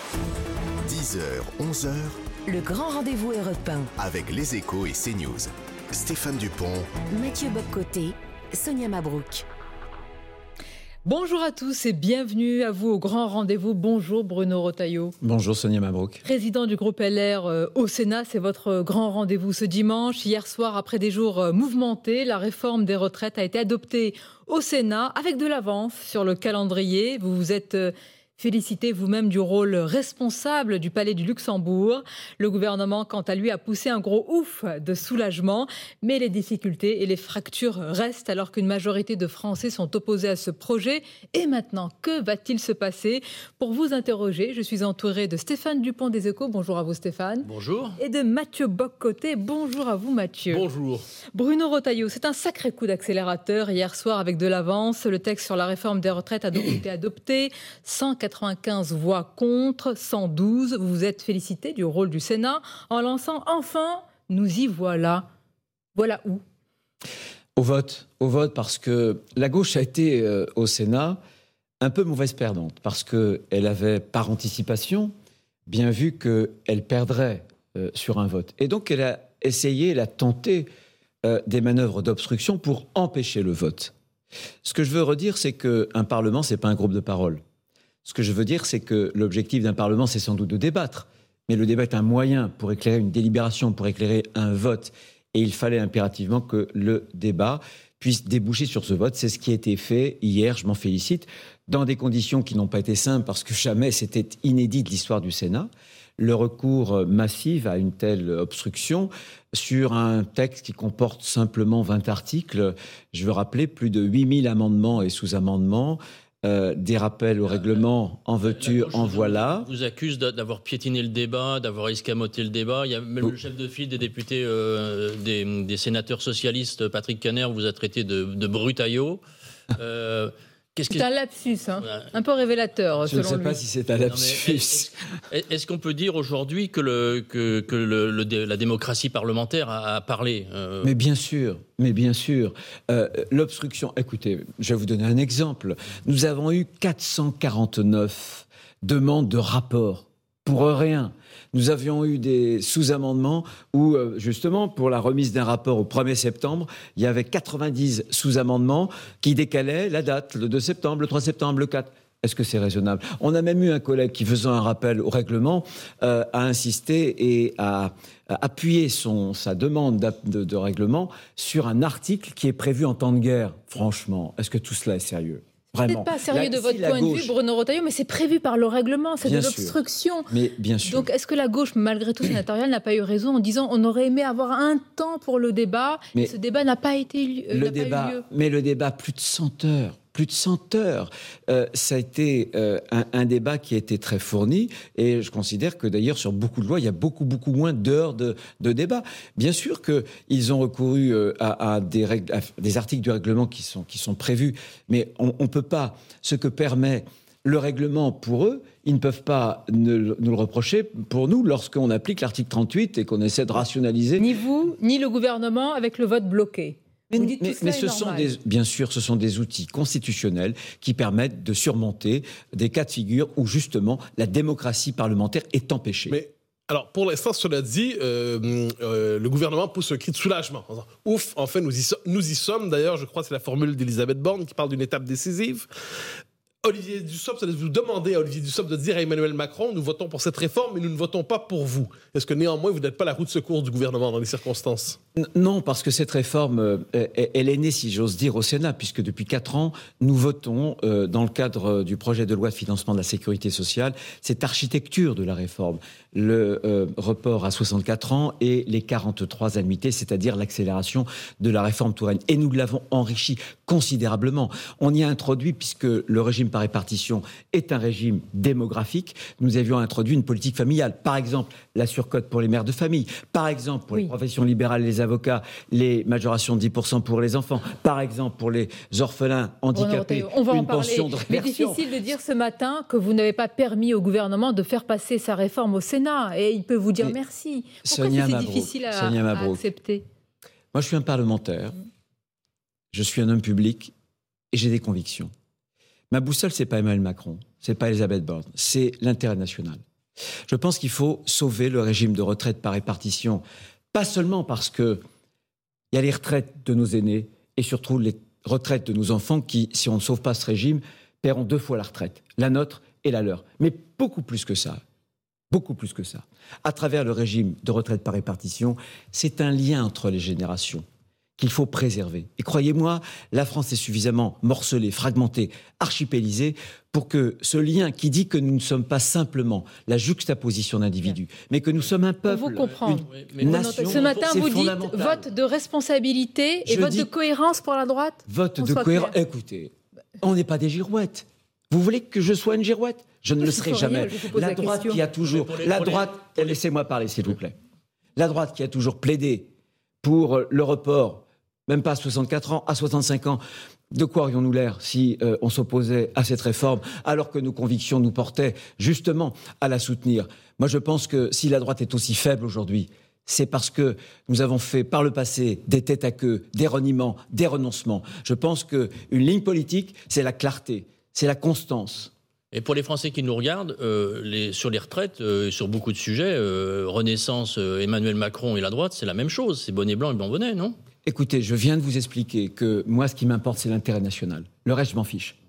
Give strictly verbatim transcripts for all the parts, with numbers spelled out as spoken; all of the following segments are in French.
dix heures, onze heures, Le grand rendez-vous Europe un. avec Les Échos et CNews. Stéphane Dupont, Mathieu Bock-Côté, Sonia Mabrouk. Bonjour à tous et bienvenue à vous au grand rendez-vous. Bonjour Bruno Retailleau. Bonjour Sonia Mabrouk. Président du groupe L R euh, au Sénat, c'est votre grand rendez-vous ce dimanche. Hier soir, après des jours euh, mouvementés, la réforme des retraites a été adoptée au Sénat avec de l'avance sur le calendrier. Vous vous êtes euh, félicité vous-même du rôle responsable du Palais du Luxembourg. Le gouvernement, quant à lui, a poussé un gros ouf de soulagement. Mais les difficultés et les fractures restent alors qu'une majorité de Français sont opposés à ce projet. Et maintenant, que va-t-il se passer? Pour vous interroger, je suis entourée de Stéphane Dupont des Échos. Bonjour à vous Stéphane. Bonjour. Et de Mathieu Bock-Côté. Bonjour à vous Mathieu. Bonjour. Bruno Retailleau, c'est un sacré coup d'accélérateur hier soir avec de l'avance. Le texte sur la réforme des retraites a donc été adopté. cent quatre-vingt-quinze voix contre, cent douze. Vous vous êtes félicité du rôle du Sénat en lançant enfin, nous y voilà. Voilà où? Au vote, au vote parce que la gauche a été euh, au Sénat un peu mauvaise perdante parce qu'elle avait par anticipation bien vu qu'elle perdrait euh, sur un vote. Et donc elle a essayé, elle a tenté euh, des manœuvres d'obstruction pour empêcher le vote. Ce que je veux redire, c'est qu'un Parlement, ce n'est pas un groupe de parole. Ce que je veux dire, c'est que l'objectif d'un Parlement, c'est sans doute de débattre. Mais le débat est un moyen pour éclairer une délibération, pour éclairer un vote. Et il fallait impérativement que le débat puisse déboucher sur ce vote. C'est ce qui a été fait hier, je m'en félicite, dans des conditions qui n'ont pas été simples, parce que jamais c'était inédit de l'histoire du Sénat. Le recours massif à une telle obstruction sur un texte qui comporte simplement vingt articles. Je veux rappeler plus de huit mille amendements et sous-amendements. Euh, des rappels au règlement, en veux-tu, en voilà. On vous accuse d'avoir piétiné le débat, d'avoir escamoté le débat. Il y a même oh. le chef de file des députés, euh, des, des sénateurs socialistes, Patrick Kanner, vous a traité de, de brutaillot. Euh, Qu'est-ce c'est que... un lapsus, hein, un peu révélateur, je selon lui. Je ne sais pas si c'est un lapsus. Est-ce, est-ce qu'on peut dire aujourd'hui que, le, que, que le, le, la démocratie parlementaire a, a parlé euh... Mais bien sûr, mais bien sûr. Euh, l'obstruction, écoutez, je vais vous donner un exemple. Nous avons eu quatre cent quarante-neuf demandes de rapport pour rien. Nous avions eu des sous-amendements où, justement, pour la remise d'un rapport au premier septembre, il y avait quatre-vingt-dix sous-amendements qui décalaient la date, le deux septembre, le trois septembre, le quatre. Est-ce que c'est raisonnable? On a même eu un collègue qui, faisant un rappel au règlement, euh, a insisté et a, a appuyé son, sa demande de, de règlement sur un article qui est prévu en temps de guerre. Franchement, est-ce que tout cela est sérieux? C'est pas sérieux la, de votre si point gauche... de vue, Bruno Retailleau, mais c'est prévu par le règlement, c'est bien de l'obstruction. Sûr. Mais bien sûr. Donc, est-ce que la gauche, malgré tout sénatoriale, n'a pas eu raison en disant on aurait aimé avoir un temps pour le débat, mais ce débat n'a pas été euh, le n'a débat, pas eu lieu. Mais le débat, plus de cent heures. Plus de cent heures. Euh, ça a été euh, un, un débat qui a été très fourni et je considère que d'ailleurs sur beaucoup de lois, il y a beaucoup, beaucoup moins d'heures de, de débat. Bien sûr qu'ils ont recouru euh, à, à, des règles, à des articles du règlement qui sont, qui sont prévus, mais on ne peut pas, ce que permet le règlement pour eux, ils ne peuvent pas ne, nous le reprocher pour nous lorsqu'on applique l'article trente-huit et qu'on essaie de rationaliser. Ni vous, ni le gouvernement avec le vote bloqué. Mais, mais, mais ce sont des, bien sûr, ce sont des outils constitutionnels qui permettent de surmonter des cas de figure où justement la démocratie parlementaire est empêchée. Mais alors, pour l'instant, cela dit, euh, euh, le gouvernement pousse un cri de soulagement. En disant, ouf, enfin, nous y, so- nous y sommes. D'ailleurs, je crois que c'est la formule d'Elisabeth Borne qui parle d'une étape décisive. Olivier Dussopt, ça doit vous demander à Olivier Dussopt de dire à Emmanuel Macron, nous votons pour cette réforme, mais nous ne votons pas pour vous. Est-ce que néanmoins, vous n'êtes pas la roue de secours du gouvernement dans les circonstances? Non, parce que cette réforme, euh, elle est née, si j'ose dire, au Sénat, puisque depuis quatre ans, nous votons, euh, dans le cadre du projet de loi de financement de la sécurité sociale, cette architecture de la réforme. Le euh, report à soixante-quatre ans et les quarante-trois annuités, c'est-à-dire l'accélération de la réforme Touraine. Et nous l'avons enrichi considérablement. On y a introduit, puisque le régime par répartition est un régime démographique, nous avions introduit une politique familiale. Par exemple, la surcote pour les mères de famille. Par exemple, pour oui. les professions libérales, les avocats, les majorations de dix pour cent pour les enfants. Par exemple, pour les orphelins handicapés, on va une en parler. pension de réversion. Mais difficile de dire ce matin que vous n'avez pas permis au gouvernement de faire passer sa réforme au Sénat. Et il peut vous dire Mais merci. Pourquoi Sonia c'est Mabrouk, difficile à, Sonia à accepter? Moi, je suis un parlementaire. Je suis un homme public et j'ai des convictions. Ma boussole, c'est pas Emmanuel Macron, c'est pas Elisabeth Borne, c'est l'intérêt national. Je pense qu'il faut sauver le régime de retraite par répartition, pas seulement parce qu'il y a les retraites de nos aînés et surtout les retraites de nos enfants qui, si on ne sauve pas ce régime, paieront deux fois la retraite, la nôtre et la leur. Mais beaucoup plus que ça, beaucoup plus que ça. À travers le régime de retraite par répartition, c'est un lien entre les générations qu'il faut préserver. Et croyez-moi, la France est suffisamment morcelée, fragmentée, archipélisée pour que ce lien qui dit que nous ne sommes pas simplement la juxtaposition d'individus, mais que nous sommes un peuple, vous comprendre. une, une nation, ce matin, c'est vous dites vote de responsabilité et Je vote dis de cohérence pour la droite. Vote de cohérence. Écoutez, on n'est pas des girouettes. Vous voulez que je sois une girouette ? Je ne le serai jamais. La droite qui a toujours, la droite, laissez-moi parler s'il vous plaît. La droite qui a toujours plaidé pour le report, même pas à soixante-quatre ans, à soixante-cinq ans. De quoi aurions-nous l'air si euh, on s'opposait à cette réforme, alors que nos convictions nous portaient justement à la soutenir ? Moi, je pense que si la droite est aussi faible aujourd'hui, c'est parce que nous avons fait par le passé des têtes à queue, des reniements, des renoncements. Je pense qu'une ligne politique, c'est la clarté, c'est la constance. Et pour les Français qui nous regardent, euh, les, sur les retraites, euh, sur beaucoup de sujets, euh, Renaissance, euh, Emmanuel Macron et la droite, c'est la même chose. C'est bonnet blanc et blanc bonnet, non ? Écoutez, je viens de vous expliquer que moi, ce qui m'importe, c'est l'intérêt national. Le reste, je m'en fiche.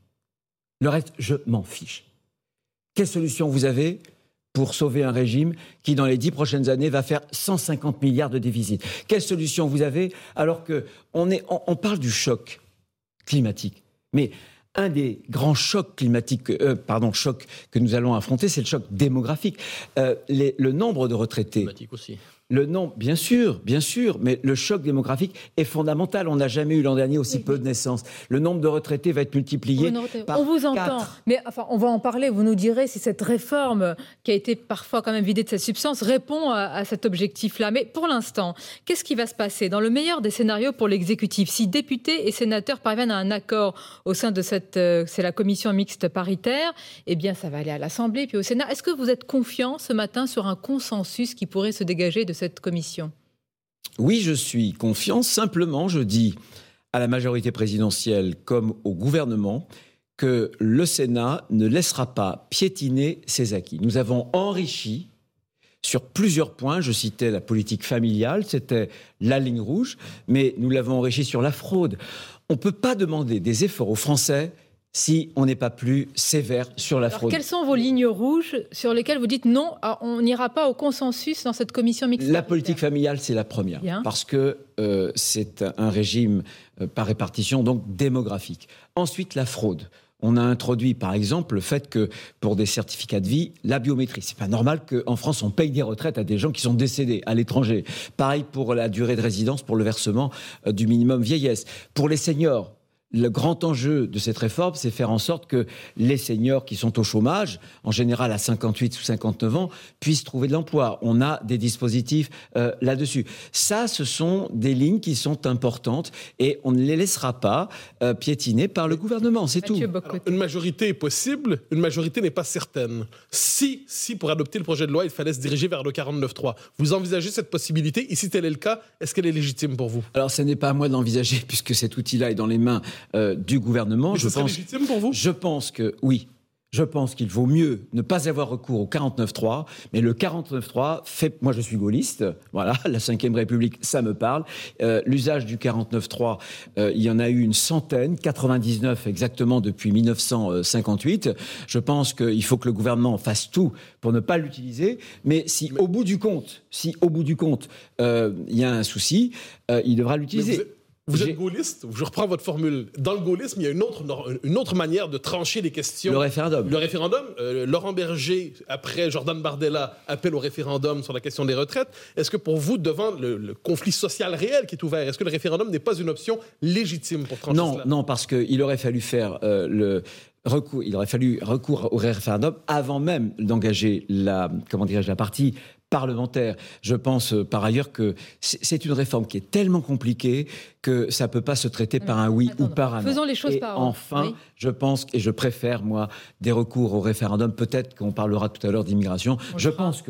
Le reste, je m'en fiche. Quelle solution vous avez pour sauver un régime qui, dans les dix prochaines années, va faire cent cinquante milliards de déficit ? Quelle solution vous avez alors qu'on est, on, on parle du choc climatique, mais un des grands chocs climatiques, euh, pardon, chocs que nous allons affronter, c'est le choc démographique. Euh, les, le nombre de retraités. Climatique aussi. Le nombre, bien sûr, bien sûr, mais le choc démographique est fondamental. On n'a jamais eu l'an dernier aussi oui, peu oui. de naissances. Le nombre de retraités va être multiplié par On vous entend, quatre. Mais enfin, on va en parler. Vous nous direz si cette réforme, qui a été parfois quand même vidée de sa substance, répond à, à cet objectif-là. Mais pour l'instant, qu'est-ce qui va se passer dans le meilleur des scénarios pour l'exécutif ? Si députés et sénateurs parviennent à un accord au sein de cette, euh, c'est la commission mixte paritaire, eh bien, ça va aller à l'Assemblée puis au Sénat. Est-ce que vous êtes confiant ce matin sur un consensus qui pourrait se dégager de cette commission ? Oui, je suis confiant. Simplement, je dis à la majorité présidentielle comme au gouvernement que le Sénat ne laissera pas piétiner ses acquis. Nous avons enrichi sur plusieurs points. Je citais la politique familiale, c'était la ligne rouge, mais nous l'avons enrichi sur la fraude. On ne peut pas demander des efforts aux Français si on n'est pas plus sévère sur la Alors, fraude. Quelles sont vos lignes rouges sur lesquelles vous dites non, on n'ira pas au consensus dans cette commission mixte ? La politique familiale, c'est la première, Bien. parce que euh, c'est un régime euh, par répartition, donc démographique. Ensuite, la fraude. On a introduit, par exemple, le fait que pour des certificats de vie, la biométrie. C'est pas normal qu'en France, on paye des retraites à des gens qui sont décédés à l'étranger. Pareil pour la durée de résidence, pour le versement euh, du minimum vieillesse. Pour les seniors, le grand enjeu de cette réforme, c'est faire en sorte que les seniors qui sont au chômage, en général à cinquante-huit ou cinquante-neuf ans, puissent trouver de l'emploi. On a des dispositifs euh, là-dessus. Ça, ce sont des lignes qui sont importantes et on ne les laissera pas euh, piétiner par le gouvernement, c'est tout. Alors, une majorité est possible, une majorité n'est pas certaine. Si, si, pour adopter le projet de loi, il fallait se diriger vers le quarante-neuf trois, vous envisagez cette possibilité ? Et si tel est le cas, est-ce qu'elle est légitime pour vous ? Alors, ce n'est pas à moi de l'envisager, puisque cet outil-là est dans les mains Euh, du gouvernement. Mais je ce pense, serait légitime pour vous ? Je pense que oui. Je pense qu'il vaut mieux ne pas avoir recours au quarante-neuf trois, mais le quarante-neuf trois fait... Moi, je suis gaulliste, voilà, la cinquième République, ça me parle. Euh, l'usage du quarante-neuf trois, euh, il y en a eu une centaine, quatre-vingt-dix-neuf exactement depuis mille neuf cent cinquante-huit. Je pense qu'il faut que le gouvernement fasse tout pour ne pas l'utiliser, mais si mais... au bout du compte, si au bout du compte, euh, il y a un souci, euh, il devra l'utiliser. Vous êtes gaulliste, je reprends votre formule. Dans le gaullisme, il y a une autre, une autre manière de trancher les questions. Le référendum. Le référendum. Euh, Laurent Berger, après Jordan Bardella, appelle au référendum sur la question des retraites. Est-ce que pour vous, devant le, le conflit social réel qui est ouvert, est-ce que le référendum n'est pas une option légitime pour trancher non, cela ? Non, parce qu'il aurait fallu faire euh, le... Recours, il aurait fallu recours au référendum avant même d'engager la, comment dirais-je, la partie parlementaire. Je pense euh, par ailleurs que c'est, c'est une réforme qui est tellement compliquée que ça ne peut pas se traiter par un oui Attends, ou par un non. Faisons les choses et par enfin, oui. je pense, et je préfère, moi, des recours au référendum. Peut-être qu'on parlera tout à l'heure d'immigration. On je pense que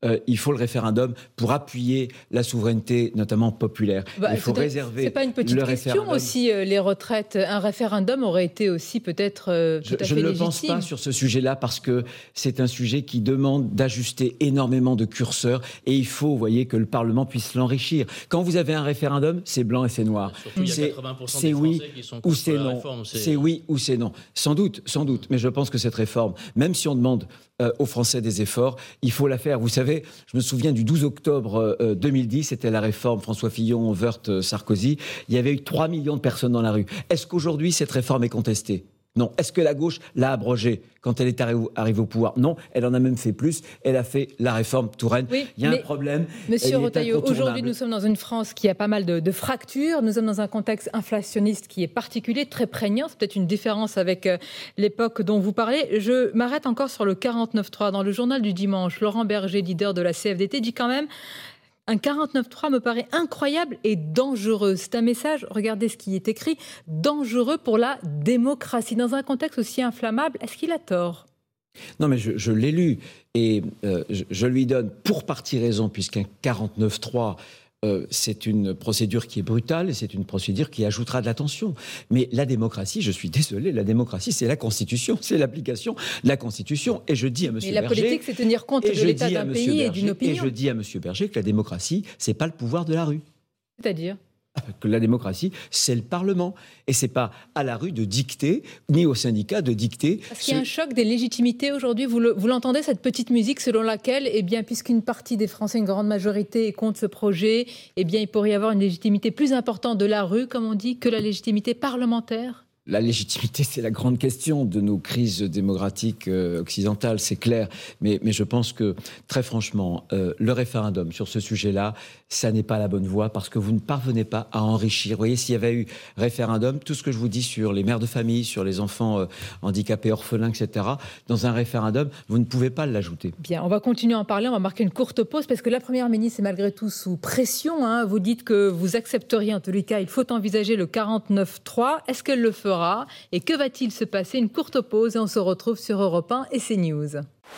euh, il faut le référendum pour appuyer la souveraineté, notamment populaire. Bah, il faut c'est, réserver c'est pas une petite le question référendum. aussi, euh, les retraites. Un référendum aurait été aussi peut-être euh, tout Je, à fait je ne le légitime. pense pas sur ce sujet-là parce que c'est un sujet qui demande d'ajuster énormément de curseurs et il faut, vous voyez, que le Parlement puisse l'enrichir. Quand vous avez un référendum, c'est blanc et c'est noir. Surtout, il y a c'est, quatre-vingts pour cent c'est des oui Français qui sont ou contre c'est la non. réforme. C'est... C'est oui ou c'est non. Sans doute, sans doute. Mais je pense que cette réforme, même si on demande euh, aux Français des efforts, il faut la faire. Vous savez, je me souviens du douze octobre euh, deux mille dix, c'était la réforme François Fillon, Wörth, Sarkozy. Il y avait eu trois millions de personnes dans la rue. Est-ce qu'aujourd'hui, cette réforme est contestée ? Non. Est-ce que la gauche l'a abrogée quand elle est arri- arrivée au pouvoir ? Non. Elle en a même fait plus. Elle a fait la réforme Touraine. Oui, il y a un mais problème. Monsieur Elle est Retailleau, incontournable. aujourd'hui, nous sommes dans une France qui a pas mal de, de fractures. Nous sommes dans un contexte inflationniste qui est particulier, très prégnant. C'est peut-être une différence avec euh, l'époque dont vous parlez. Je m'arrête encore sur le quarante-neuf trois. Dans le journal du dimanche, Laurent Berger, leader de la C F D T, dit quand même un quarante-neuf trois me paraît incroyable et dangereux. C'est un message, regardez ce qui est écrit, dangereux pour la démocratie. Dans un contexte aussi inflammable, est-ce qu'il a tort ? Non, mais je, je l'ai lu et euh, je, je lui donne pour partie raison, puisqu'un quarante-neuf trois, euh, c'est une procédure qui est brutale et c'est une procédure qui ajoutera de la tension. Mais la démocratie, je suis désolé, la démocratie, c'est la Constitution, c'est l'application de la Constitution. Et je dis à M. Mais la Berger... politique, c'est tenir compte de l'état d'un pays et d'une opinion. Et je dis à M. Berger que la démocratie, c'est pas le pouvoir de la rue. C'est-à-dire ? Que la démocratie, c'est le Parlement. Et c'est pas à la rue de dicter, ni aux syndicats de dicter. Est-ce qu'il y a un choc des légitimités aujourd'hui ? Vous, le, vous l'entendez, cette petite musique selon laquelle, eh bien, puisqu'une partie des Français, une grande majorité, est contre ce projet, eh bien, il pourrait y avoir une légitimité plus importante de la rue, comme on dit, que la légitimité parlementaire ? La légitimité, c'est la grande question de nos crises démocratiques euh, occidentales, c'est clair. Mais, mais je pense que, très franchement, euh, le référendum sur ce sujet-là, ça n'est pas la bonne voie parce que vous ne parvenez pas à enrichir. Vous voyez, s'il y avait eu référendum, tout ce que je vous dis sur les mères de famille, sur les enfants euh, handicapés, orphelins, et cetera, dans un référendum, vous ne pouvez pas l'ajouter. Bien, on va continuer à en parler. On va marquer une courte pause parce que la Première ministre est malgré tout sous pression. Hein. Vous dites que vous accepteriez, en tous les cas, il faut envisager le quarante-neuf trois. Est-ce qu'elle le fera ? Et que va-t-il se passer ? Une courte pause et on se retrouve sur Europe un et CNews.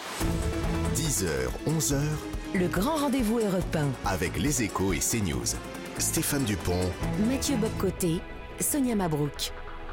dix heures, onze heures, Le grand rendez-vous Europe un. avec les Échos et CNews. Stéphane Dupont, Mathieu Boccoté, Sonia Mabrouk.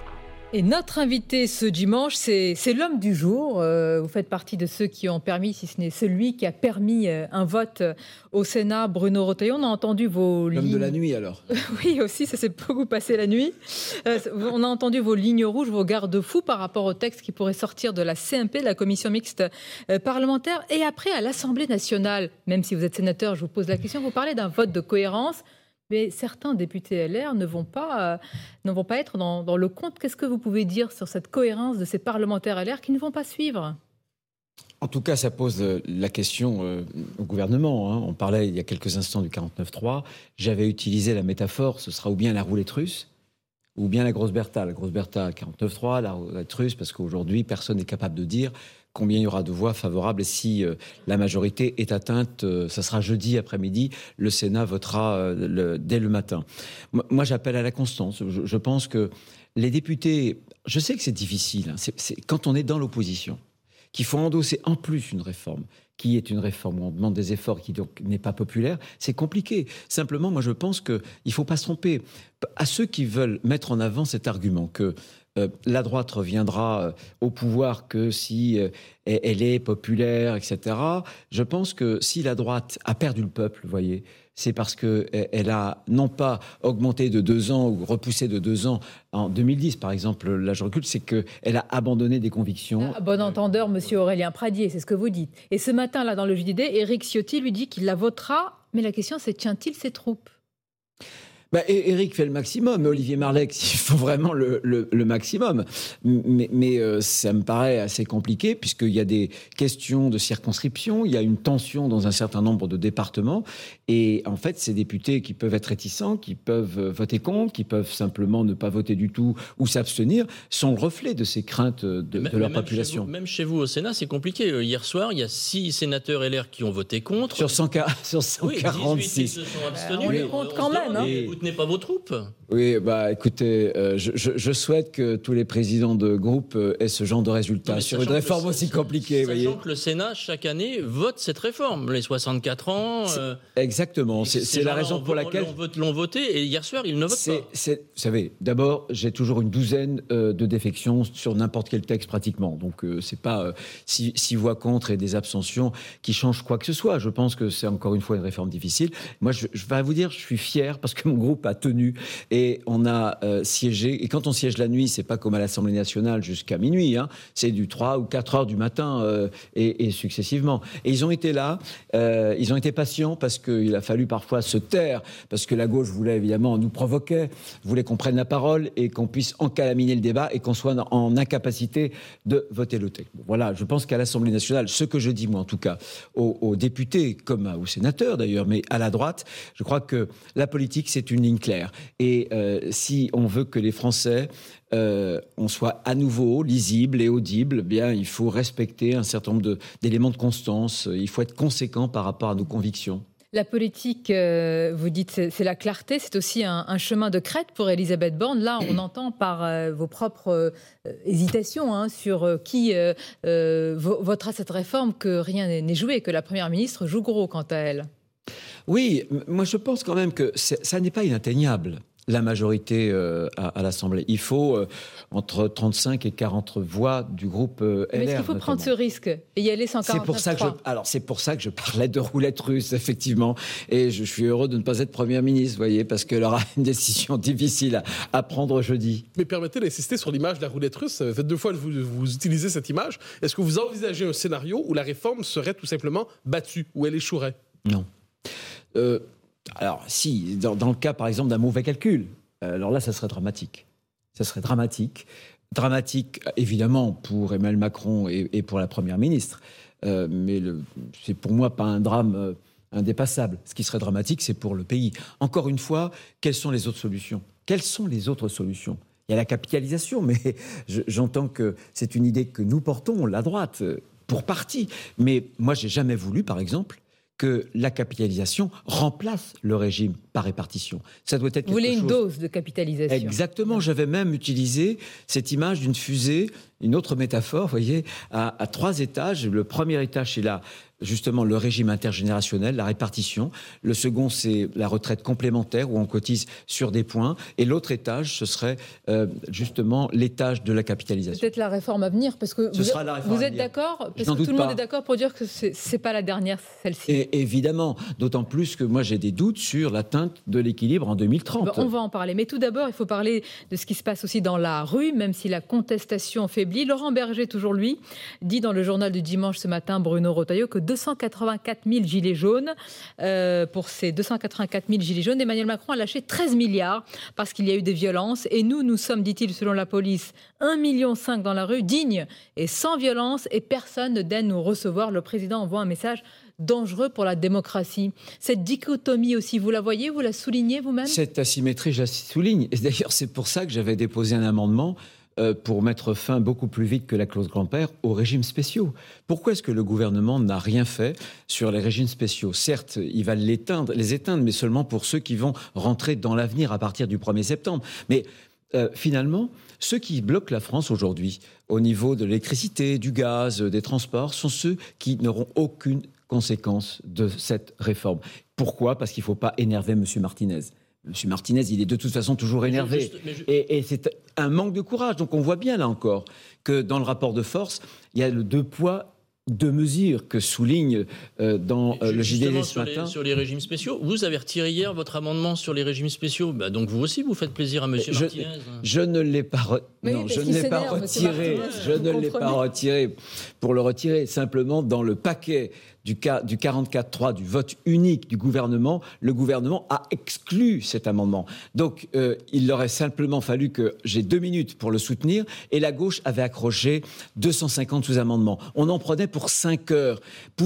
Et notre invité ce dimanche, c'est, c'est l'homme du jour. Euh, vous faites partie de ceux qui ont permis, si ce n'est celui qui a permis euh, un vote au Sénat, Bruno Retailleau. On a entendu vos L'homme lignes... de la nuit, alors. Oui, aussi, ça s'est beaucoup passé la nuit. Euh, on a entendu vos lignes rouges, vos garde-fous par rapport au texte qui pourrait sortir de la C M P, de la commission mixte euh, parlementaire. Et après, à l'Assemblée nationale, même si vous êtes sénateur, je vous pose la question, vous parlez d'un vote de cohérence. Mais certains députés L R ne vont pas, euh, ne vont pas être dans, dans le compte. Qu'est-ce que vous pouvez dire sur cette cohérence de ces parlementaires L R qui ne vont pas suivre ? En tout cas, ça pose la question euh, au gouvernement. Hein. On parlait il y a quelques instants du quarante-neuf trois. J'avais utilisé la métaphore, ce sera ou bien la roulette russe, ou bien la grosse Bertha. La grosse Bertha, quarante-neuf trois, la roulette russe, parce qu'aujourd'hui, personne n'est capable de dire combien il y aura de voix favorables. Et si euh, la majorité est atteinte, euh, ça sera jeudi après-midi, le Sénat votera euh, le, dès le matin. Moi, moi, j'appelle à la constance. Je, je pense que les députés... Je sais que c'est difficile. Hein, c'est, c'est, quand on est dans l'opposition, qu'il faut endosser en plus une réforme, qui est une réforme où on demande des efforts, qui donc n'est pas populaire, c'est compliqué. Simplement, moi, je pense qu'il ne faut pas se tromper. À ceux qui veulent mettre en avant cet argument que Euh, la droite reviendra euh, au pouvoir que si euh, elle est populaire, et cetera. Je pense que si la droite a perdu le peuple, vous voyez, c'est parce qu'elle a non pas augmenté de deux ans ou repoussé de deux ans en deux mille dix, par exemple, l'âge recul, c'est qu'elle a abandonné des convictions. Ah, bon entendeur, monsieur Aurélien Pradier, c'est ce que vous dites. Et ce matin, là, dans le J D D, Éric Ciotti lui dit qu'il la votera, mais la question, c'est tient-il ses troupes ? Bah, Éric fait le maximum, mais Olivier Marleix, il faut vraiment le, le, le maximum. Mais, mais euh, ça me paraît assez compliqué, puisqu'il y a des questions de circonscription, il y a une tension dans un certain nombre de départements. Et en fait, ces députés qui peuvent être réticents, qui peuvent voter contre, qui peuvent simplement ne pas voter du tout ou s'abstenir, sont le reflet de ces craintes de, de même, leur même population. Chez vous, même chez vous au Sénat, c'est compliqué. Hier soir, il y a six sénateurs L R qui ont voté contre. Sur, cent, sur cent quarante-six. Oui, dix-huit qui se sont abstenus. On les compte quand même. Hein. Et soutenez pas vos troupes? Oui, bah écoutez, euh, je, je, je souhaite que tous les présidents de groupe euh, aient ce genre de résultats Non, sur une réforme le, aussi compliquée. Sachant voyez. que le Sénat, chaque année, vote cette réforme. Les soixante-quatre ans... Euh, exactement, c'est, c'est la raison pour laquelle... L'ont, l'ont voté et hier soir, ils ne votent c'est, pas. C'est, vous savez, d'abord, j'ai toujours une douzaine euh, de défections sur n'importe quel texte pratiquement. Donc, euh, c'est pas euh, six, six voix contre et des abstentions qui changent quoi que ce soit. Je pense que c'est encore une fois une réforme difficile. Moi, je, je vais vous dire, je suis fier parce que mon groupe a tenu et on a euh, siégé. Et quand on siège la nuit, c'est pas comme à l'Assemblée nationale jusqu'à minuit. Hein, c'est du trois ou quatre heures du matin euh, et, et successivement. Et ils ont été là, euh, ils ont été patients parce qu'il a fallu parfois se taire parce que la gauche voulait évidemment nous provoquer, voulait qu'on prenne la parole et qu'on puisse encalaminer le débat et qu'on soit en incapacité de voter le texte. Bon, voilà, je pense qu'à l'Assemblée nationale, ce que je dis moi en tout cas aux, aux députés comme aux sénateurs d'ailleurs, mais à la droite, je crois que la politique c'est une ligne claire. Et euh, si on veut que les Français euh, on soit à nouveau lisible et audible, eh bien il faut respecter un certain nombre de, d'éléments de constance. Il faut être conséquent par rapport à nos convictions. La politique, euh, vous dites, c'est, c'est la clarté, c'est aussi un, un chemin de crête pour Elisabeth Borne. Là, on entend par euh, vos propres euh, hésitations hein, sur euh, qui euh, euh, votera cette réforme que rien n'est joué, que la Première ministre joue gros quant à elle. Oui, moi je pense quand même que ça n'est pas inatteignable. La majorité euh, à, à l'Assemblée. Il faut euh, entre trente-cinq et quarante voix du groupe euh, L R. Mais est-ce qu'il faut notamment. prendre ce risque et y aller sans quarante-neuf c'est pour ça que je, alors c'est pour ça que je parlais de roulette russe, effectivement. Et je suis heureux de ne pas être Premier ministre, vous voyez, parce qu'elle aura une décision difficile à, à prendre jeudi. Mais permettez d'insister sur l'image de la roulette russe. Ça fait deux fois que vous, vous utilisez cette image. Est-ce que vous envisagez un scénario où la réforme serait tout simplement battue, où elle échouerait? Non. Euh, Alors, si, dans, dans le cas, par exemple, d'un mauvais calcul, euh, alors là, ça serait dramatique. Ça serait dramatique. Dramatique, évidemment, pour Emmanuel Macron et, et pour la Première ministre. Euh, mais le, c'est pour moi pas un drame euh, indépassable. Ce qui serait dramatique, c'est pour le pays. Encore une fois, quelles sont les autres solutions? Quelles sont les autres solutions? Il y a la capitalisation, mais je, j'entends que c'est une idée que nous portons, la droite, pour partie. Mais moi, j'ai jamais voulu, par exemple, que la capitalisation remplace le régime par répartition. Ça doit être quelque Vous voulez une chose... dose de capitalisation. Exactement. J'avais même utilisé cette image d'une fusée, une autre métaphore, vous voyez, à, à trois étages. Le premier étage, c'est là, justement, le régime intergénérationnel, la répartition. Le second, c'est la retraite complémentaire, où on cotise sur des points. Et l'autre étage, ce serait euh, justement l'étage de la capitalisation. Peut-être la réforme à venir, parce que ce vous, sera la réforme vous à êtes venir. d'accord, parce Je n'en que tout doute le monde pas. est d'accord pour dire que c'est, c'est pas la dernière, celle-ci. Et évidemment, d'autant plus que moi j'ai des doutes sur l'atteinte de l'équilibre en deux mille trente. Ben, on va en parler, mais tout d'abord, il faut parler de ce qui se passe aussi dans la rue, même si la contestation faiblit. Laurent Berger, toujours lui, dit dans le journal du dimanche ce matin, Bruno Retailleau, que deux cent quatre-vingt-quatre mille gilets jaunes, euh, pour ces deux cent quatre-vingt-quatre mille gilets jaunes, Emmanuel Macron a lâché treize milliards parce qu'il y a eu des violences. Et nous, nous sommes, dit-il, selon la police, un virgule cinq million dans la rue, dignes et sans violence, et personne ne daigne nous recevoir. Le président envoie un message dangereux pour la démocratie. Cette dichotomie aussi, vous la voyez, vous la soulignez vous-même? Cette asymétrie, je la souligne. Et d'ailleurs, c'est pour ça que j'avais déposé un amendement euh, pour mettre fin beaucoup plus vite que la clause grand-père aux régimes spéciaux. Pourquoi est-ce que le gouvernement n'a rien fait sur les régimes spéciaux? Certes, il va l'éteindre, les éteindre, mais seulement pour ceux qui vont rentrer dans l'avenir à partir du premier septembre. Mais euh, finalement, ceux qui bloquent la France aujourd'hui, au niveau de l'électricité, du gaz, des transports, sont ceux qui n'auront aucune conséquence de cette réforme. Pourquoi? Parce qu'il ne faut pas énerver M. Martinez. M. Martinez, il est de toute façon toujours énervé. Juste, je... et, et c'est un manque de courage. Donc on voit bien là encore que dans le rapport de force, il y a le deux poids, deux mesures que souligne euh, dans euh, le J D D ce sur matin. Les, sur les régimes spéciaux, vous avez retiré hier votre amendement sur les régimes spéciaux. Bah donc vous aussi, vous faites plaisir à M. Je, Martinez. je ne l'ai pas, re... oui, non, je ne l'ai pas retiré. Je ne l'ai pas retiré pour le retirer. Simplement, dans le paquet du, cas, du quarante-quatre trois, du vote unique du gouvernement, le gouvernement a exclu cet amendement. Donc, euh, il aurait simplement fallu que j'ai deux minutes pour le soutenir, et la gauche avait accroché deux cent cinquante sous-amendements. On en prenait pour cinq heures. Pouvait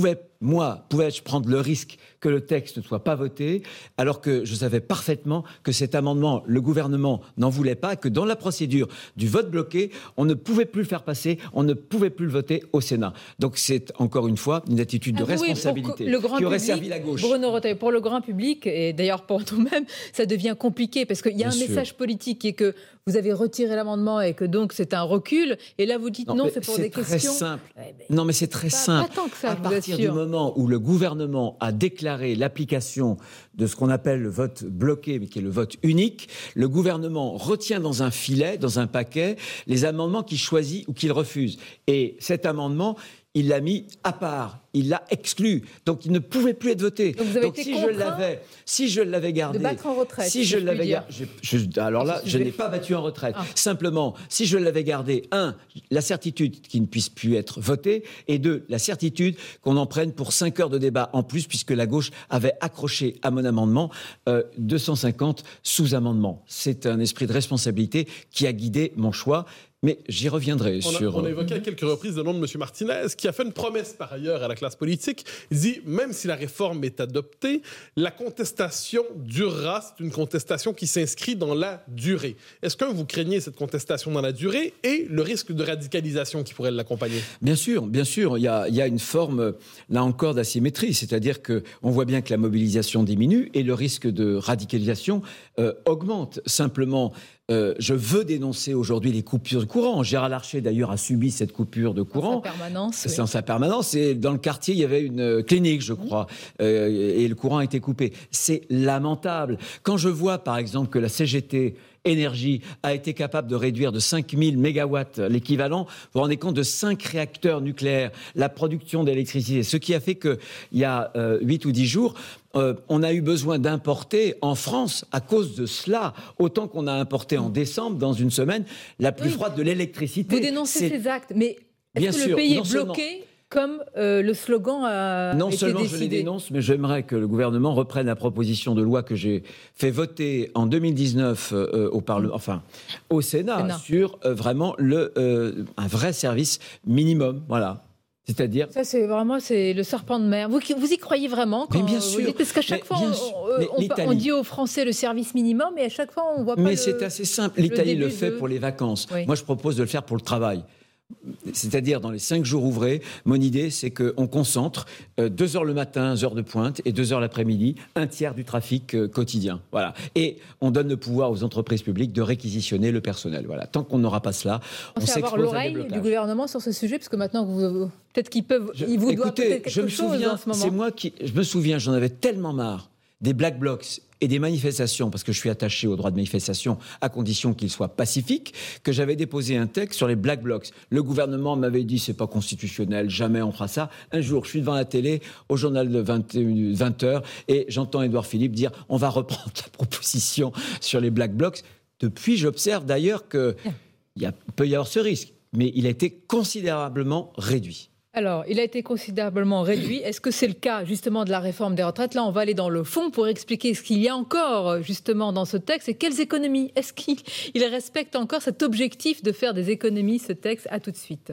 moi, pouvais-je prendre le risque que le texte ne soit pas voté, alors que je savais parfaitement que cet amendement, le gouvernement n'en voulait pas, que dans la procédure du vote bloqué, on ne pouvait plus le faire passer, on ne pouvait plus le voter au Sénat. Donc c'est encore une fois une attitude de ah, oui, responsabilité le grand qui aurait public, servi la gauche. Bruno Retailleau, pour le grand public, et d'ailleurs pour nous-mêmes, ça devient compliqué, parce qu'il y a Bien un sûr. message politique qui est que vous avez retiré l'amendement et que donc c'est un recul, et là vous dites non, non c'est pour c'est des très questions... simple. Ouais, ben, non mais c'est très pas, simple. Pas tant que ça, à je partir vous du assure. moment où le gouvernement a déclaré l'application de ce qu'on appelle le vote bloqué, mais qui est le vote unique, le gouvernement retient dans un filet, dans un paquet, les amendements qu'il choisit ou qu'il refuse. Et cet amendement, il l'a mis à part, il l'a exclu, donc il ne pouvait plus être voté. Donc vous avez été si je contraint l'avais, si je l'avais gardé, de battre en retraite, si si je je l'avais puis dire. gardé, je, je, alors là, Ah, je vais- n'ai pas battu en retraite. Ah. Simplement, si je l'avais gardé, un, la certitude qu'il ne puisse plus être voté, et deux, la certitude qu'on en prenne pour cinq heures de débat en plus, puisque la gauche avait accroché à mon amendement euh, deux cent cinquante sous-amendements. C'est un esprit de responsabilité qui a guidé mon choix. Mais j'y reviendrai On a, sur... on a évoqué à quelques reprises le nom de M. Martinez, qui a fait une promesse par ailleurs à la classe politique. Il dit, même si la réforme est adoptée, la contestation durera. C'est une contestation qui s'inscrit dans la durée. Est-ce que vous craignez cette contestation dans la durée et le risque de radicalisation qui pourrait l'accompagner? Bien sûr, bien sûr. Il y a, il y a une forme, là encore, d'asymétrie. C'est-à-dire qu'on voit bien que la mobilisation diminue et le risque de radicalisation euh, augmente. Simplement... Euh, je veux dénoncer aujourd'hui les coupures de courant. Gérard Larcher, d'ailleurs, a subi cette coupure de courant. En sa permanence. C'est oui. en sa permanence. Et dans le quartier, il y avait une clinique, je crois, euh, et le courant a été coupé. C'est lamentable. Quand je vois, par exemple, que la C G T Énergie a été capable de réduire de cinq mille mégawatts l'équivalent, vous vous rendez compte, de cinq réacteurs nucléaires, la production d'électricité. Ce qui a fait qu'il y a euh, huit ou dix jours, euh, on a eu besoin d'importer en France, à cause de cela, autant qu'on a importé en décembre, dans une semaine, la plus Oui. froide de l'électricité. Vous dénoncez C'est- ces actes, mais est-ce Bien que sûr, le pays non est seulement- bloqué comme euh, le slogan a Non été seulement décidé? je les dénonce, mais j'aimerais que le gouvernement reprenne la proposition de loi que j'ai fait voter en deux mille dix-neuf euh, au Parlement, enfin au Sénat, Sénat. sur euh, vraiment le euh, un vrai service minimum, voilà. C'est-à-dire. Ça, c'est vraiment c'est le serpent de mer. Vous, vous y croyez vraiment quand Mais bien vous sûr. dites, parce qu'à chaque Mais fois, bien on, sûr. on- Mais on- l'Italie- on dit aux Français le service minimum, et à chaque fois, on voit pas Mais le... c'est assez simple. L'Italie le, début fait de- pour les vacances. Oui. Moi, je propose de le faire pour le travail. C'est-à-dire dans les cinq jours ouvrés, mon idée, c'est qu'on concentre euh, deux heures le matin, heures de pointe, et deux heures l'après-midi, un tiers du trafic euh, quotidien. Voilà. Et on donne le pouvoir aux entreprises publiques de réquisitionner le personnel. Voilà. Tant qu'on n'aura pas cela, on Vous pensez avoir s'expose à des l'oreille du blocages. gouvernement sur ce sujet, parce que maintenant, vous, peut-être qu'ils peuvent, Je- ils vous doivent écoutez, peut-être quelque je me chose souviens, en ce moment. c'est moi qui, je me souviens, j'en avais tellement marre des black blocs et des manifestations, parce que je suis attaché au droit de manifestation à condition qu'ils soient pacifiques, que j'avais déposé un texte sur les black blocs. Le gouvernement m'avait dit c'est pas constitutionnel, jamais on fera ça. Un jour, je suis devant la télé au journal de vingt heures et j'entends Édouard Philippe dire on va reprendre la proposition sur les black blocs. Depuis, j'observe d'ailleurs que il y a- peut y avoir ce risque, mais il a été considérablement réduit. Alors, il a été considérablement réduit. Est-ce que c'est le cas, justement, de la réforme des retraites? Là, on va aller dans le fond pour expliquer ce qu'il y a encore, justement, dans ce texte et quelles économies. Est-ce qu'il il respecte encore cet objectif de faire des économies, ce texte? À tout de suite.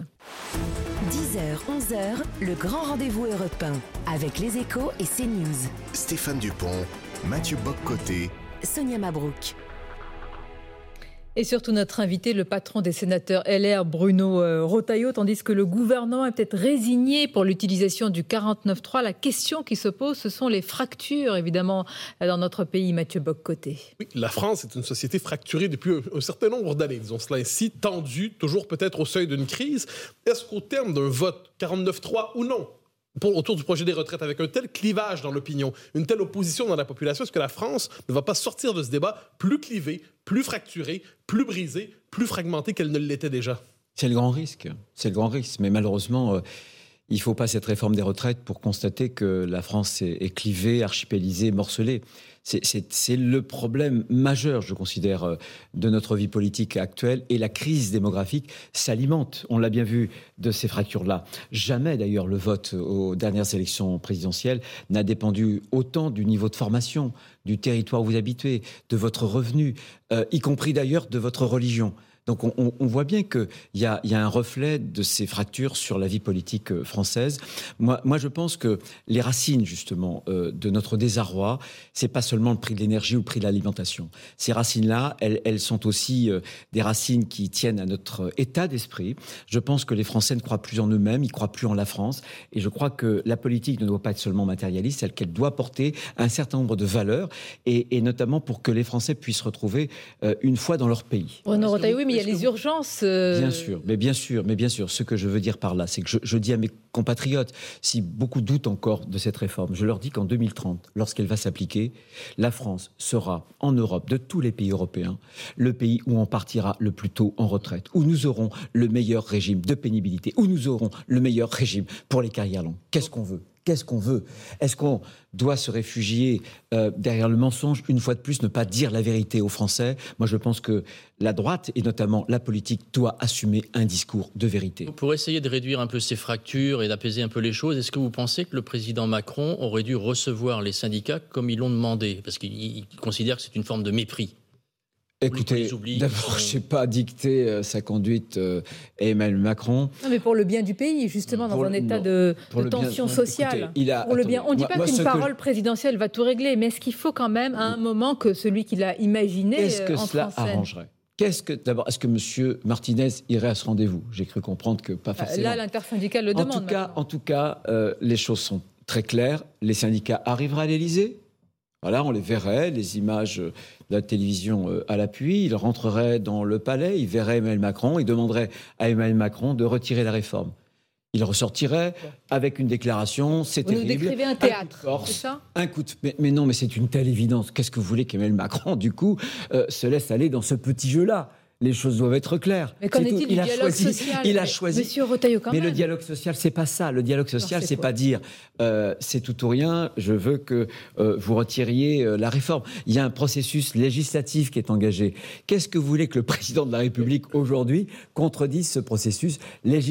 dix heures, onze heures, le grand rendez-vous européen avec les Échos et CNews. Stéphane Dupont, Mathieu Boccoté, Sonia Mabrouk. Et surtout notre invité, le patron des sénateurs L R, Bruno euh, Retailleau, tandis que le gouvernement est peut-être résigné pour l'utilisation du quarante-neuf trois. La question qui se pose, ce sont les fractures, évidemment, dans notre pays. Mathieu Boccoté. Oui, la France est une société fracturée depuis un, un certain nombre d'années, disons cela ainsi, tendue, toujours peut-être au seuil d'une crise. Est-ce qu'au terme d'un vote quarante-neuf trois ou non, pour, autour du projet des retraites, avec un tel clivage dans l'opinion, une telle opposition dans la population, est-ce que la France ne va pas sortir de ce débat plus clivée, plus fracturée, plus brisée, plus fragmentée qu'elle ne l'était déjà? C'est le grand risque. C'est le grand risque. Mais malheureusement, euh, il ne faut pas cette réforme des retraites pour constater que la France est, est clivée, archipélisée, morcelée. C'est, c'est, c'est le problème majeur, je considère, euh, de notre vie politique actuelle. Et la crise démographique s'alimente. On l'a bien vu de ces fractures-là. Jamais, d'ailleurs, le vote aux dernières élections présidentielles n'a dépendu autant du niveau de formation, du territoire où vous habitez, de votre revenu, euh, y compris d'ailleurs de votre religion. Donc on, on, on voit bien qu'il y a, y a un reflet de ces fractures sur la vie politique française. Moi, moi je pense que les racines, justement, euh, de notre désarroi, c'est pas seulement le prix de l'énergie ou le prix de l'alimentation. Ces racines-là, elles, elles sont aussi euh, des racines qui tiennent à notre état d'esprit. Je pense que les Français ne croient plus en eux-mêmes, ils croient plus en la France. Et je crois que la politique ne doit pas être seulement matérialiste, elle qu'elle doit porter un certain nombre de valeurs, et, et notamment pour que les Français puissent retrouver euh, une foi dans leur pays. Renaud Retailleau, oui, mais il y a les vous... urgences. Euh... Bien sûr, mais bien sûr, mais bien sûr. Ce que je veux dire par là, c'est que je, je dis à mes compatriotes, si beaucoup doutent encore de cette réforme, je leur dis qu'en deux mille trente, lorsqu'elle va s'appliquer, la France sera, en Europe, de tous les pays européens, le pays où on partira le plus tôt en retraite, où nous aurons le meilleur régime de pénibilité, où nous aurons le meilleur régime pour les carrières longues. Qu'est-ce qu'on veut ? Qu'est-ce qu'on veut ? Est-ce qu'on doit se réfugier euh, derrière le mensonge, une fois de plus, ne pas dire la vérité aux Français ? Moi, je pense que la droite, et notamment la politique, doit assumer un discours de vérité. Pour essayer de réduire un peu ces fractures et d'apaiser un peu les choses, est-ce que vous pensez que le président Macron aurait dû recevoir les syndicats comme ils l'ont demandé ? Parce qu'il considère que c'est une forme de mépris. Écoutez, d'abord, je n'ai pas dicté euh, sa conduite euh, à Emmanuel Macron. Non, mais pour le bien du pays, justement, dans pour, un état non, de, de tension bien, sociale. Écoutez, il a, pour attendez, le bien. On ne dit pas moi, qu'une parole je... présidentielle va tout régler, mais est-ce qu'il faut quand même, à un moment, que celui qui l'a imaginé Est-ce que euh, cela arrangerait ? Qu'est-ce que, d'abord, est-ce que M. Martinez irait à ce rendez-vous ? J'ai cru comprendre que pas forcément. Là, l'intersyndicale le en demande. Tout cas, en tout cas, euh, les choses sont très claires. Les syndicats arriveraient à l'Élysée. Voilà, on les verrait, les images de la télévision à l'appui. Ils rentreraient dans le palais, ils verraient Emmanuel Macron, ils demanderaient à Emmanuel Macron de retirer la réforme. Il ressortirait avec une déclaration, c'est vous terrible. Vous nous décrivez un théâtre, un coup de force, c'est ça ? Un coup de... Mais, mais non, mais c'est une telle évidence. Qu'est-ce que vous voulez qu'Emmanuel Macron, du coup, euh, se laisse aller dans ce petit jeu-là ? Les choses doivent être claires. Mais qu'en est-il du il dialogue choisi, social ? Il a choisi. Monsieur Retailleau, quand mais même. le dialogue social, c'est pas ça. Le dialogue social, Alors, c'est, c'est pas dire euh, c'est tout ou rien. Je veux que euh, vous retiriez euh, la réforme. Il y a un processus législatif qui est engagé. Qu'est-ce que vous voulez que le président de la République aujourd'hui contredise ce processus législatif ?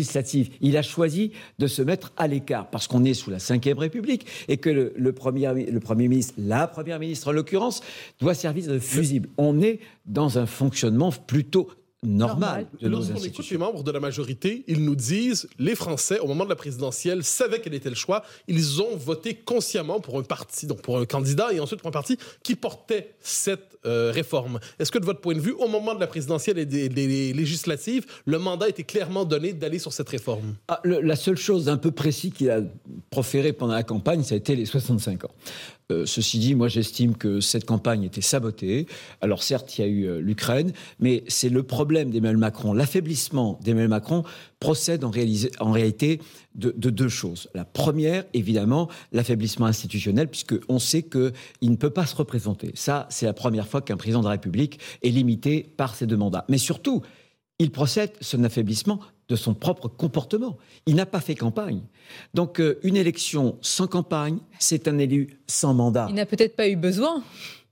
Il a choisi de se mettre à l'écart parce qu'on est sous la cinquième République et que le, le, premier, le premier ministre, la première ministre en l'occurrence, doit servir de fusible. On est dans un fonctionnement plutôt normal de nos institutions. Lorsqu'on écoute les membres de la majorité, ils nous disent les Français, au moment de la présidentielle, savaient quel était le choix. Ils ont voté consciemment pour un parti, donc pour un candidat, et ensuite pour un parti qui portait cette euh, réforme. Est-ce que, de votre point de vue, au moment de la présidentielle et des, des législatives, le mandat était clairement donné d'aller sur cette réforme ? ah, le, La seule chose un peu précise qu'il a proférée pendant la campagne, ça a été les soixante-cinq ans. Euh, ceci dit, moi j'estime que cette campagne était sabotée. Alors certes, il y a eu euh, l'Ukraine, mais c'est le problème d'Emmanuel Macron. L'affaiblissement d'Emmanuel Macron procède en, réalisé, en réalité de, de deux choses. La première, évidemment, l'affaiblissement institutionnel, puisqu'on sait qu'il ne peut pas se représenter. Ça, c'est la première fois qu'un président de la République est limité par ses deux mandats. Mais surtout, il procède, son affaiblissement, de son propre comportement. Il n'a pas fait campagne. Donc, euh, une élection sans campagne, c'est un élu sans mandat. Il n'a peut-être pas eu besoin.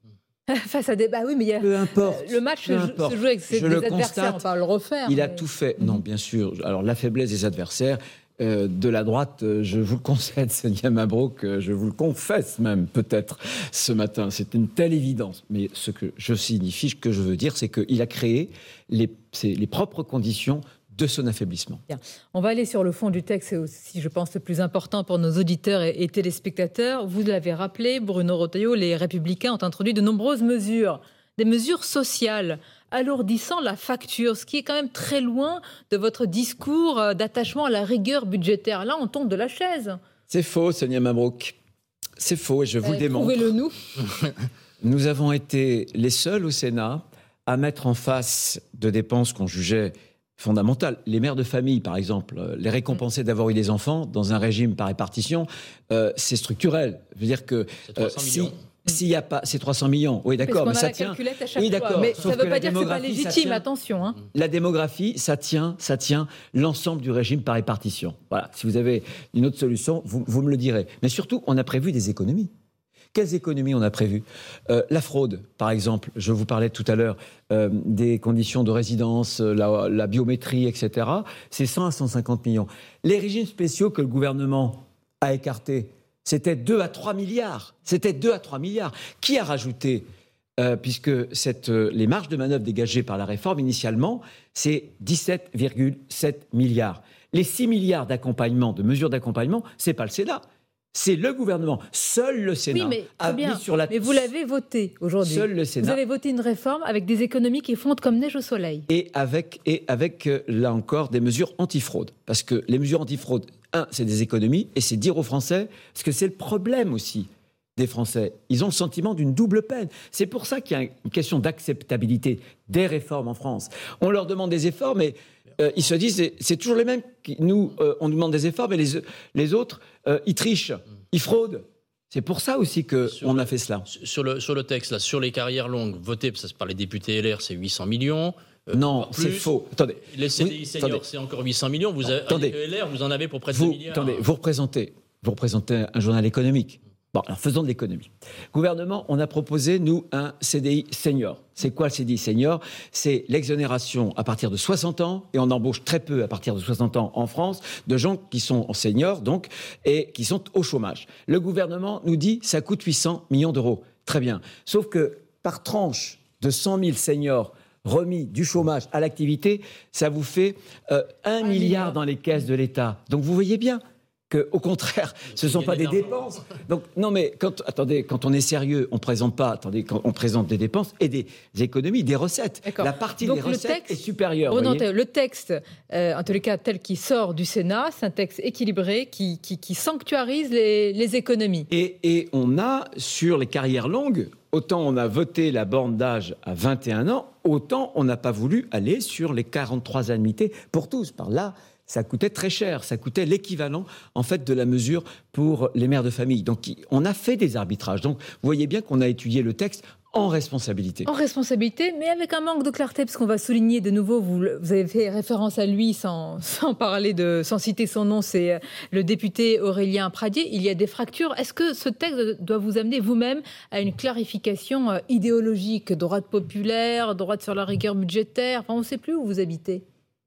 Face à des... Bah oui, mais il y a... Peu importe. Le match peu se importe. joue avec ses, Je des le adversaires, constate, on va le refaire. Il mais... a tout fait. Non, bien sûr. Alors, la faiblesse des adversaires, euh, de la droite, euh, je vous le concède, Sonia Mabrouk, euh, je vous le confesse même, peut-être, ce matin. C'est une telle évidence. Mais ce que je signifie, ce que je veux dire, c'est qu'il a créé les, ses, les propres conditions de son affaiblissement. Bien. On va aller sur le fond du texte, c'est aussi, je pense, le plus important pour nos auditeurs et, et téléspectateurs. Vous l'avez rappelé, Bruno Retailleau, les Républicains ont introduit de nombreuses mesures, des mesures sociales, alourdissant la facture, ce qui est quand même très loin de votre discours d'attachement à la rigueur budgétaire. Là, on tombe de la chaise. C'est faux, Sonia Mabrouk. C'est faux, et je vous euh, le démontre. Prouvez-le nous. Nous avons été les seuls au Sénat à mettre en face de dépenses qu'on jugeait fondamentales. Les mères de famille, par exemple, les récompenser d'avoir eu des enfants dans un régime par répartition, euh, c'est structurel. Je veux dire que euh, si, s'il y a pas, c'est trois cents millions. Oui, d'accord, mais ça tient. À chaque oui, d'accord. Fois. Mais Sauf ça ne veut pas dire que c'est pas légitime. Tient, attention. Hein. La démographie, ça tient, ça tient l'ensemble du régime par répartition. Voilà. Si vous avez une autre solution, vous, vous me le direz. Mais surtout, on a prévu des économies. Quelles économies on a prévues ? euh, La fraude, par exemple. Je vous parlais tout à l'heure euh, des conditions de résidence, la, la biométrie, et cetera. C'est cent à cent cinquante millions. Les régimes spéciaux que le gouvernement a écartés, c'était deux à trois milliards. C'était deux à trois milliards. Qui a rajouté euh, puisque cette, euh, les marges de manœuvre dégagées par la réforme, initialement, c'est dix-sept virgule sept milliards. Les six milliards d'accompagnement, de mesures d'accompagnement, c'est pas le Sénat. C'est le gouvernement. Seul le Sénat oui, mais, a bien, mis sur la... mais vous l'avez voté aujourd'hui. Seul le Sénat. Vous avez voté une réforme avec des économies qui fondent comme neige au soleil. Et avec, et avec euh, là encore, des mesures anti-fraude. Parce que les mesures anti-fraude, un, c'est des économies, et c'est dire aux Français, parce que c'est le problème aussi des Français. Ils ont le sentiment d'une double peine. C'est pour ça qu'il y a une question d'acceptabilité des réformes en France. On leur demande des efforts, mais euh, ils se disent, c'est, c'est toujours les mêmes. Qui, nous, euh, on nous demande des efforts, mais les, les autres, euh, ils trichent, ils fraudent. C'est pour ça aussi qu'on a fait cela. Sur le, sur le texte, là, sur les carrières longues, votées par les députés L R, c'est huit cents millions. Euh, non, c'est faux. Attendez. Les C D I oui, seniors, attendez. c'est encore huit cents millions. Vous avez, attendez. L R, vous en avez pour près de vous, deux milliards. Attendez, vous représentez, vous représentez un journal économique. Bon, alors faisons de l'économie. Gouvernement, on a proposé, nous, un C D I senior. C'est quoi le C D I senior ? C'est l'exonération à partir de soixante ans, et on embauche très peu à partir de soixante ans en France, de gens qui sont seniors, donc, et qui sont au chômage. Le gouvernement nous dit, ça coûte huit cents millions d'euros. Très bien. Sauf que, par tranche de cent mille seniors remis du chômage à l'activité, ça vous fait euh, un milliard dans les caisses de l'État. Donc vous voyez bien que, au contraire, ce ne sont pas des dépenses. Donc, non, mais quand, attendez, quand on est sérieux, on présente pas, attendez, quand on présente des dépenses et des économies, des recettes. D'accord. La partie Donc, des le recettes texte, est supérieure. Renan, voyez. le texte, euh, en tous les cas, tel qu'il sort du Sénat, c'est un texte équilibré qui, qui, qui sanctuarise les, les économies. Et, et on a, sur les carrières longues, autant on a voté la borne d'âge à vingt et un ans, autant on n'a pas voulu aller sur les quarante-trois annuités pour tous. Par là, ça coûtait très cher, ça coûtait l'équivalent en fait de la mesure pour les mères de famille. Donc on a fait des arbitrages. Donc vous voyez bien qu'on a étudié le texte en responsabilité. En responsabilité, mais avec un manque de clarté, parce qu'on va souligner de nouveau, vous, vous avez fait référence à lui sans, sans parler de, sans citer son nom, c'est le député Aurélien Pradié. Il y a des fractures. Est-ce que ce texte doit vous amener vous-même à une clarification idéologique, droite populaire, droite sur la rigueur budgétaire? Enfin, on ne sait plus où vous habitez.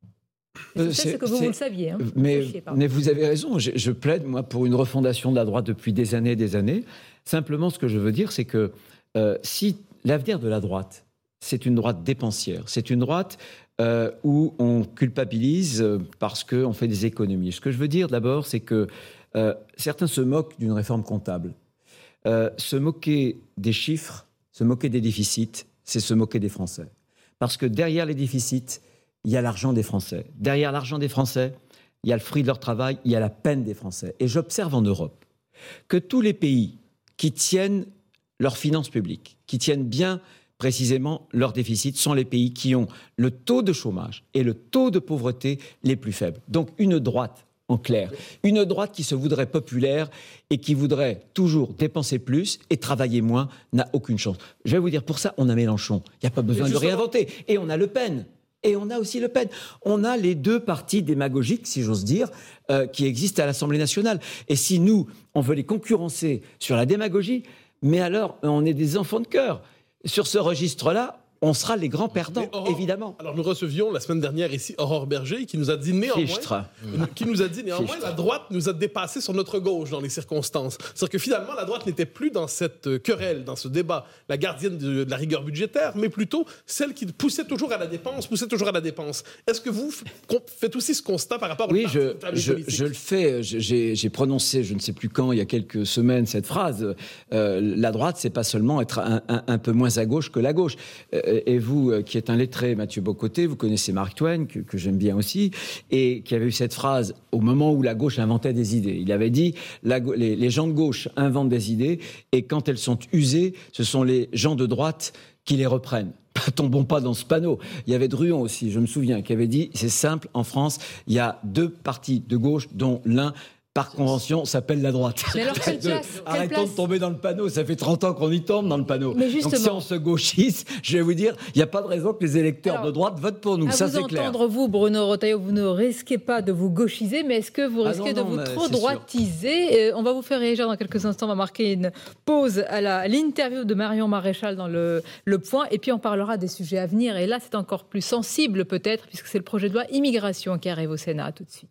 C'est, c'est, c'est que vous, vous le saviez. Hein. Mais, Sachiez, mais vous avez raison. Je, je plaide, moi, pour une refondation de la droite depuis des années et des années. Simplement, ce que je veux dire, c'est que euh, si l'avenir de la droite, c'est une droite dépensière, c'est une droite euh, où on culpabilise parce qu'on fait des économies. Ce que je veux dire, d'abord, c'est que euh, certains se moquent d'une réforme comptable. Euh, se moquer des chiffres, se moquer des déficits, c'est se moquer des Français. Parce que derrière les déficits, il y a l'argent des Français. Derrière l'argent des Français, il y a le fruit de leur travail, il y a la peine des Français. Et j'observe en Europe que tous les pays qui tiennent leurs finances publiques, qui tiennent bien précisément leurs déficits, sont les pays qui ont le taux de chômage et le taux de pauvreté les plus faibles. Donc une droite, en clair, une droite qui se voudrait populaire et qui voudrait toujours dépenser plus et travailler moins, n'a aucune chance. Je vais vous dire, pour ça, on a Mélenchon. Il n'y a pas besoin de réinventer. Et on a Le Pen. Et on a aussi Le Pen. On a les deux partis démagogiques, si j'ose dire, euh, qui existent à l'Assemblée nationale. Et si nous, on veut les concurrencer sur la démagogie, mais alors, on est des enfants de cœur. Sur ce registre-là, on sera les grands perdants, Aurore, évidemment. Alors, nous recevions la semaine dernière ici Aurore Berger, qui nous a dit néanmoins, mmh. qui nous a dit néanmoins, la droite nous a dépassé sur notre gauche dans les circonstances. C'est-à-dire que finalement, la droite n'était plus dans cette querelle, dans ce débat, la gardienne de, de la rigueur budgétaire, mais plutôt celle qui poussait toujours à la dépense, poussait toujours à la dépense. Est-ce que vous faites aussi ce constat par rapport oui, au je, je, je le fais. J'ai, j'ai prononcé, je ne sais plus quand, il y a quelques semaines, cette phrase. Euh, la droite, c'est pas seulement être un, un, un peu moins à gauche que la gauche. Euh, et vous, qui êtes un lettré, Mathieu Bock-Côté, vous connaissez Mark Twain, que, que j'aime bien aussi, et qui avait eu cette phrase au moment où la gauche inventait des idées. Il avait dit la, les, les gens de gauche inventent des idées, et quand elles sont usées, ce sont les gens de droite qui les reprennent. Tombons pas dans ce panneau. Il y avait Druon aussi, je me souviens, qui avait dit c'est simple, en France, il y a deux partis de gauche, dont l'un, par convention, s'appelle la droite. Mais alors, quelle place, de, arrêtons quelle place de tomber dans le panneau. Ça fait trente ans qu'on y tombe dans le panneau. Mais justement, donc si on se gauchise, je vais vous dire, il n'y a pas de raison que les électeurs alors, de droite votent pour nous. À ça, vous c'est clair. entendre, vous, Bruno Retailleau, vous ne risquez pas de vous gauchiser, mais est-ce que vous risquez ah non, non, de vous trop c'est droitiser euh, On va vous faire réagir dans quelques instants. On va marquer une pause à, la, à l'interview de Marion Maréchal dans le, le Point. Et puis, on parlera des sujets à venir. Et là, c'est encore plus sensible, peut-être, puisque c'est le projet de loi immigration qui arrive au Sénat. À tout de suite.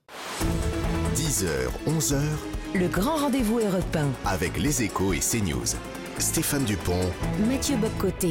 dix heures, onze heures. Le grand rendez-vous Europe un. Avec les Échos et CNews. Stéphane Dupont. Mathieu Bock-Côté.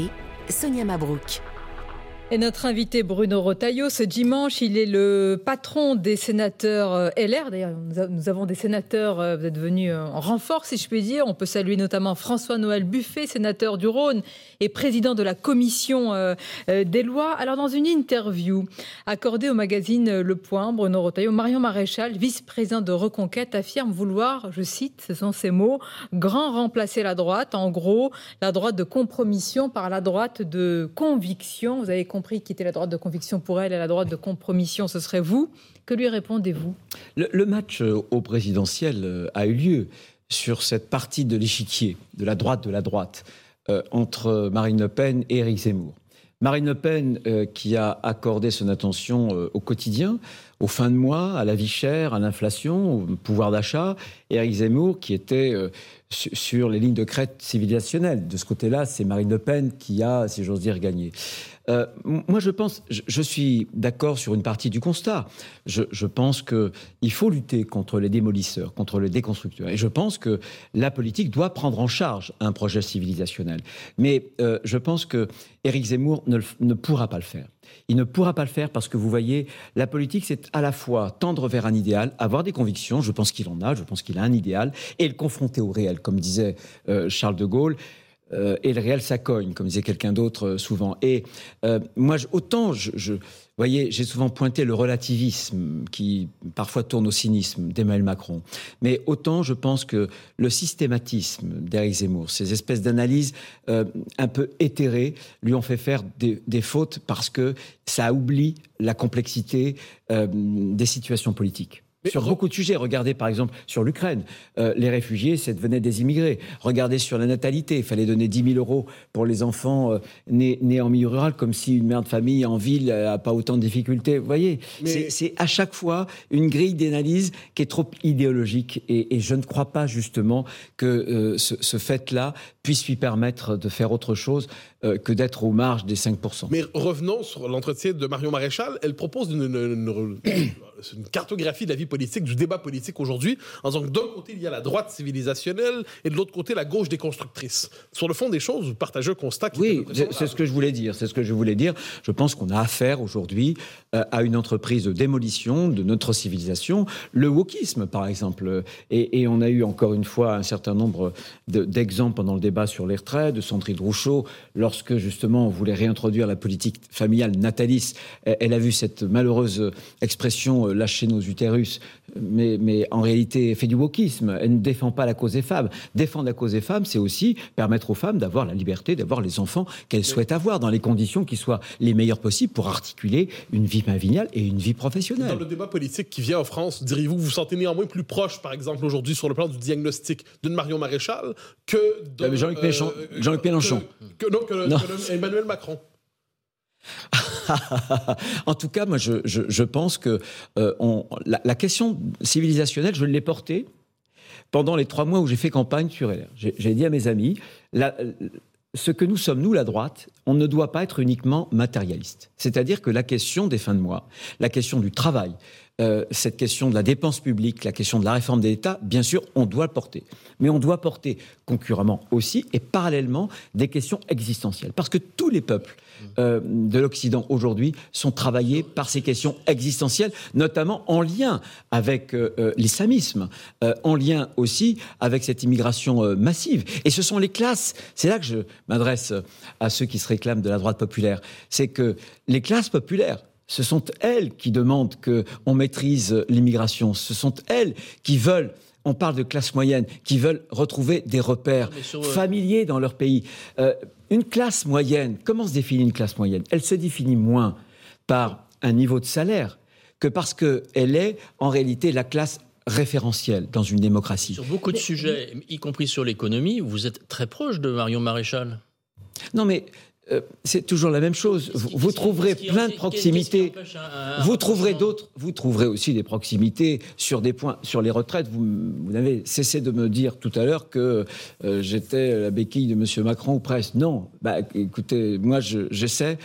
Sonia Mabrouk. Et notre invité Bruno Retailleau, ce dimanche, il est le patron des sénateurs L R. D'ailleurs, nous avons des sénateurs, vous êtes venus en renfort, si je puis dire. On peut saluer notamment François-Noël Buffet, sénateur du Rhône et président de la commission des lois. Alors, dans une interview accordée au magazine Le Point, Bruno Retailleau, Marion Maréchal, vice-président de Reconquête, affirme vouloir, je cite, ce sont ses mots, grand remplacer la droite. En gros, la droite de compromission par la droite de conviction. Vous avez compris compris qui était la droite de conviction pour elle et la droite de compromission, ce serait vous. Que lui répondez-vous ? le, le match au présidentiel a eu lieu sur cette partie de l'échiquier, de la droite de la droite, euh, entre Marine Le Pen et Éric Zemmour. Marine Le Pen, euh, qui a accordé son attention euh, au quotidien, aux fins de mois, à la vie chère, à l'inflation, au pouvoir d'achat, et Éric Zemmour, qui était euh, su- sur les lignes de crête civilisationnelles. De ce côté-là, c'est Marine Le Pen qui a, si j'ose dire, gagné. Euh, moi, je pense, je, je suis d'accord sur une partie du constat. Je, je pense qu'il faut lutter contre les démolisseurs, contre les déconstructeurs. Et je pense que la politique doit prendre en charge un projet civilisationnel. Mais euh, je pense que Éric Zemmour ne, ne pourra pas le faire. Il ne pourra pas le faire parce que, vous voyez, la politique, c'est à la fois tendre vers un idéal, avoir des convictions, je pense qu'il en a, je pense qu'il a un idéal, et le confronter au réel, comme disait euh, Charles de Gaulle. Euh, et le réel, ça cogne, comme disait quelqu'un d'autre euh, souvent. Et euh, moi, je, autant, je, je, vous voyez, j'ai souvent pointé le relativisme qui parfois tourne au cynisme d'Emmanuel Macron. Mais autant, je pense que le systématisme d'Éric Zemmour, ces espèces d'analyses euh, un peu éthérées, lui ont fait faire des, des fautes parce que ça oublie la complexité euh, des situations politiques. Mais sur beaucoup de sujets. Regardez par exemple sur l'Ukraine. Euh, les réfugiés, ça devenait des immigrés. Regardez sur la natalité. Il fallait donner dix mille euros pour les enfants euh, nés, nés en milieu rural, comme si une mère de famille en ville n'a pas autant de difficultés. Vous voyez, Mais... c'est, c'est à chaque fois une grille d'analyse qui est trop idéologique. Et, et je ne crois pas justement que euh, ce, ce fait-là puisse lui permettre de faire autre chose euh, que d'être aux marges des cinq pour cent. Mais revenons sur l'entretien de Marion Maréchal. Elle propose une, une, une, une cartographie de la vie politique, du débat politique aujourd'hui, en disant que d'un côté, il y a la droite civilisationnelle et de l'autre côté, la gauche déconstructrice. Sur le fond des choses, vous partagez un constat qui... Oui, c'est, c'est ce que je voulais dire. C'est ce que je voulais dire. Je pense qu'on a affaire aujourd'hui euh, à une entreprise de démolition de notre civilisation. Le wokisme, par exemple. Et, et on a eu encore une fois un certain nombre de, d'exemples pendant le débat sur les retraites, de Sandrine Rousseau, lorsque justement on voulait réintroduire la politique familiale nataliste. Elle a vu cette malheureuse expression euh, « lâcher nos utérus ». Mais, mais en réalité, elle fait du wokisme. Elle ne défend pas la cause des femmes. Défendre la cause des femmes, c'est aussi permettre aux femmes d'avoir la liberté, d'avoir les enfants qu'elles souhaitent avoir dans les conditions qui soient les meilleures possibles pour articuler une vie familiale et une vie professionnelle. Dans le débat politique qui vient en France, diriez-vous, vous vous sentez néanmoins plus proche, par exemple, aujourd'hui, sur le plan du diagnostic d'une Marion Maréchal que de... Euh, Jean-Luc, euh, Jean-Luc Mélenchon. Que, que, non, que, non. que Emmanuel Macron. En tout cas, moi, je, je, je pense que euh, on, la, la question civilisationnelle, je l'ai portée pendant les trois mois où j'ai fait campagne sur L R. J'ai, j'ai dit à mes amis, la, ce que nous sommes, nous, la droite, on ne doit pas être uniquement matérialiste. C'est-à-dire que la question des fins de mois, la question du travail, Euh, cette question de la dépense publique, la question de la réforme de l'État, bien sûr, on doit le porter. Mais on doit porter concurremment aussi et parallèlement des questions existentielles. Parce que tous les peuples euh, de l'Occident aujourd'hui sont travaillés par ces questions existentielles, notamment en lien avec euh, l'islamisme, euh, en lien aussi avec cette immigration euh, massive. Et ce sont les classes, c'est là que je m'adresse à ceux qui se réclament de la droite populaire, c'est que les classes populaires, ce sont elles qui demandent qu'on maîtrise l'immigration. Ce sont elles qui veulent, on parle de classe moyenne, qui veulent retrouver des repères sur, familiers dans leur pays. Euh, une classe moyenne, comment se définit une classe moyenne ? Elle se définit moins par un niveau de salaire que parce qu'elle est en réalité la classe référentielle dans une démocratie. Sur beaucoup de mais, sujets, y compris sur l'économie, vous êtes très proche de Marion Maréchal. Non mais... Euh, c'est toujours la même chose. Vous, vous trouverez plein de proximités. Vous trouverez d'autres. Vous trouverez aussi des proximités sur des points, sur les retraites. Vous, vous avez cessé de me dire tout à l'heure que euh, j'étais la béquille de M. Macron ou presque. Non. Bah, écoutez, moi, je, j'essaie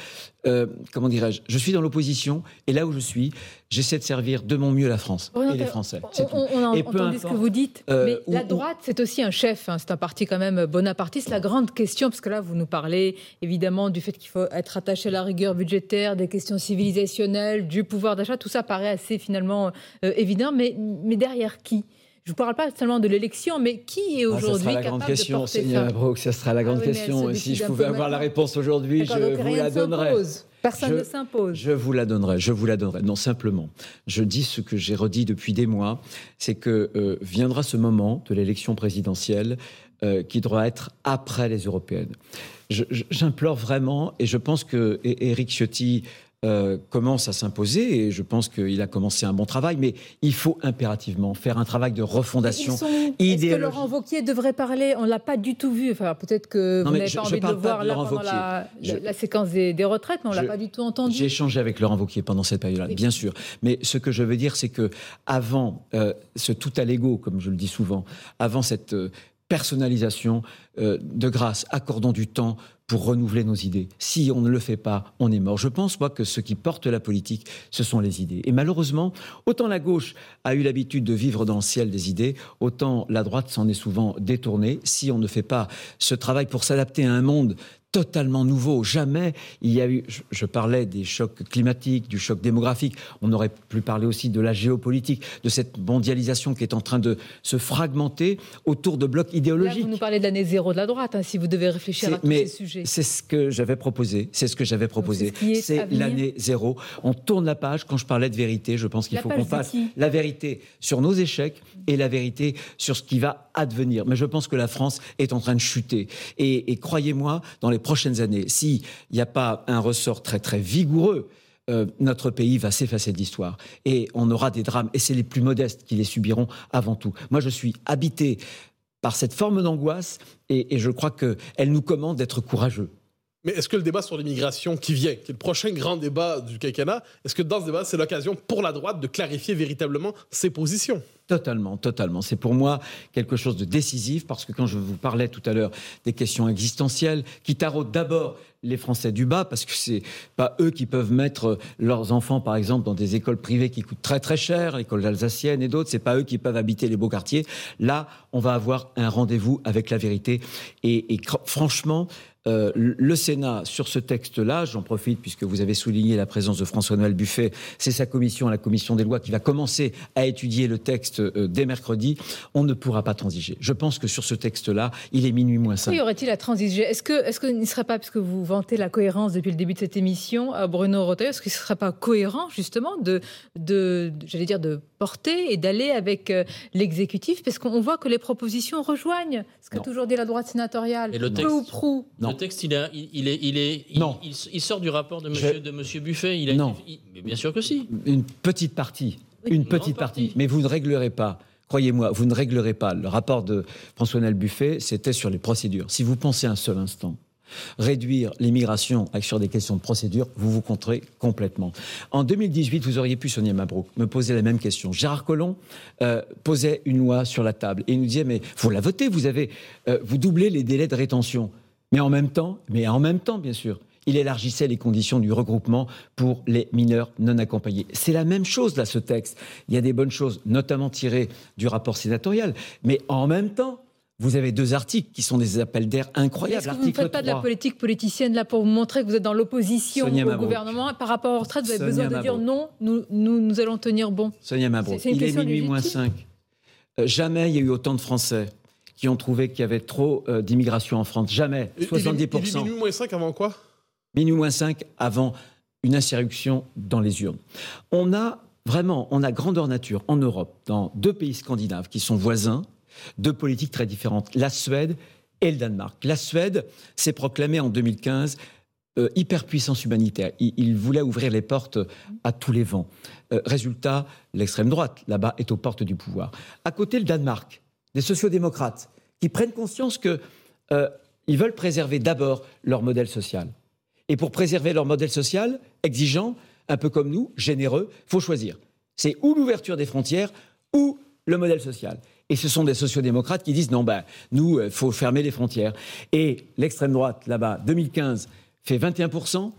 euh, comment dirais-je, je suis dans l'opposition, et là où je suis, j'essaie de servir de mon mieux la France on et les Français. C'est on, on, on a et peu entendu importe, ce que vous dites, euh, mais où, la droite, c'est aussi un chef, hein, c'est un parti quand même bonapartiste. La grande question, parce que là, vous nous parlez évidemment du fait qu'il faut être attaché à la rigueur budgétaire, des questions civilisationnelles, du pouvoir d'achat, tout ça paraît assez finalement euh, évident, mais, mais derrière qui ? Je ne parle pas seulement de l'élection, mais qui est aujourd'hui ah, capable question, de porter Seigneur ça Mabrouk, ça sera la grande ah oui, question. Et si je pouvais avoir maintenant. la réponse aujourd'hui, je vous la donnerais. Personne je, ne s'impose. Je vous la donnerai, je vous la donnerai. Non, simplement, je dis ce que j'ai redit depuis des mois, c'est que euh, viendra ce moment de l'élection présidentielle euh, qui doit être après les européennes. Je, je, j'implore vraiment, et je pense que Éric Ciotti Euh, commence à s'imposer, et je pense qu'il a commencé un bon travail, mais il faut impérativement faire un travail de refondation idéologique. Est-ce que Laurent Wauquiez devrait parler ? On ne l'a pas du tout vu. Enfin, peut-être que non, vous n'avez je, pas envie de le voir là pendant la, je, la, la séquence des, des retraites, mais on ne l'a pas du tout entendu. J'ai échangé avec Laurent Wauquiez pendant cette période-là, bien sûr. Mais ce que je veux dire, c'est que avant euh, ce tout à l'ego, comme je le dis souvent, avant cette euh, personnalisation, euh, de grâce, accordons du temps pour renouveler nos idées. Si on ne le fait pas, on est mort. Je pense, moi, que ce qui porte la politique, ce sont les idées. Et malheureusement, autant la gauche a eu l'habitude de vivre dans le ciel des idées, autant la droite s'en est souvent détournée. Si on ne fait pas ce travail pour s'adapter à un monde totalement nouveau. Jamais il y a eu... Je, je parlais des chocs climatiques, du choc démographique. On aurait pu parler aussi de la géopolitique, de cette mondialisation qui est en train de se fragmenter autour de blocs idéologiques. Là, vous nous parlez de l'année zéro de la droite, hein, si vous devez réfléchir c'est, à tous mais ces sujets. C'est ce que j'avais proposé. C'est ce que j'avais proposé. Donc, c'est, c'est l'année zéro. On tourne la page. Quand je parlais de vérité, je pense qu'il la faut qu'on fasse la vérité sur nos échecs et la vérité sur ce qui va advenir. Mais je pense que la France est en train de chuter. Et, et croyez-moi, dans les prochaines années, s'il n'y a pas un ressort très très vigoureux, euh, notre pays va s'effacer de l'histoire. Et on aura des drames. Et c'est les plus modestes qui les subiront avant tout. Moi, je suis habité par cette forme d'angoisse et, et je crois qu'elle nous commande d'être courageux. Mais est-ce que le débat sur l'immigration qui vient, qui est le prochain grand débat du quinquennat, est-ce que dans ce débat, c'est l'occasion pour la droite de clarifier véritablement ses positions ? Totalement, totalement. C'est pour moi quelque chose de décisif parce que quand je vous parlais tout à l'heure des questions existentielles qui taraudent d'abord les Français du bas parce que c'est pas eux qui peuvent mettre leurs enfants, par exemple, dans des écoles privées qui coûtent très très cher, l'école alsacienne et d'autres, c'est pas eux qui peuvent habiter les beaux quartiers. Là, on va avoir un rendez-vous avec la vérité et, et franchement, Euh, le Sénat, sur ce texte-là, j'en profite puisque vous avez souligné la présence de François-Noël Buffet, c'est sa commission, la commission des lois, qui va commencer à étudier le texte euh, dès mercredi. On ne pourra pas transiger. Je pense que sur ce texte-là, il est minuit moins cinq. Oui, y aurait-il à transiger ? Est-ce que, est-ce qu'il ne serait pas, puisque vous vantez la cohérence depuis le début de cette émission, à Bruno Retailleau, est-ce qu'il ne serait pas cohérent, justement, de, de, de, j'allais dire, de porter et d'aller avec euh, l'exécutif, parce qu'on voit que les propositions rejoignent ce que toujours dit la droite sénatoriale, et le peu texte, ou prou. Non. Le texte, il, a, il, est, il, est, il, non. il, il sort du rapport de monsieur, Je... de monsieur Buffet. Il a non. Été, il, mais bien sûr que si. Une petite partie. Oui, une, une petite partie. partie. Mais vous ne réglerez pas. Croyez-moi, vous ne réglerez pas. Le rapport de François-Noël Buffet, c'était sur les procédures. Si vous pensez un seul instant réduire l'immigration sur des questions de procédure, vous vous contrez complètement. En deux mille dix-huit, vous auriez pu, Sonia Mabrouk, me poser la même question. Gérard Collomb euh, posait une loi sur la table et il nous disait, mais vous la votez, vous avez, euh, vous doublez les délais de rétention. Mais en même temps, mais en même temps, bien sûr, il élargissait les conditions du regroupement pour les mineurs non accompagnés. C'est la même chose, là, ce texte. Il y a des bonnes choses, notamment tirées du rapport sénatorial. Mais en même temps, vous avez deux articles qui sont des appels d'air incroyables. Est-ce que vous ne faites pas de la politique politicienne là pour vous montrer que vous êtes dans l'opposition Sonia au Mabrouk. gouvernement par rapport aux retraites, vous avez Sonia besoin de Mabrouk. dire non, nous, nous, nous allons tenir bon. Sonia Mabrouk, il est minuit moins cinq. Euh, jamais il y a eu autant de Français qui ont trouvé qu'il y avait trop euh, d'immigration en France. Jamais. soixante-dix pour cent. Il est minuit moins cinq avant quoi ? Minuit moins cinq avant une insurrection dans les urnes. On a vraiment, on a grandeur nature en Europe, dans deux pays scandinaves qui sont voisins, deux politiques très différentes, la Suède et le Danemark. La Suède s'est proclamée en deux mille quinze euh, hyperpuissance humanitaire. Il, il voulait ouvrir les portes à tous les vents. Euh, résultat, l'extrême droite, là-bas, est aux portes du pouvoir. À côté, le Danemark, des sociodémocrates qui prennent conscience qu'ils euh, veulent préserver d'abord leur modèle social. Et pour préserver leur modèle social, exigeant, un peu comme nous, généreux, il faut choisir. C'est ou l'ouverture des frontières ou le modèle social. Et ce sont des sociodémocrates qui disent non, ben, nous, il faut fermer les frontières. Et l'extrême droite, là-bas, deux mille quinze, fait vingt et un pour cent.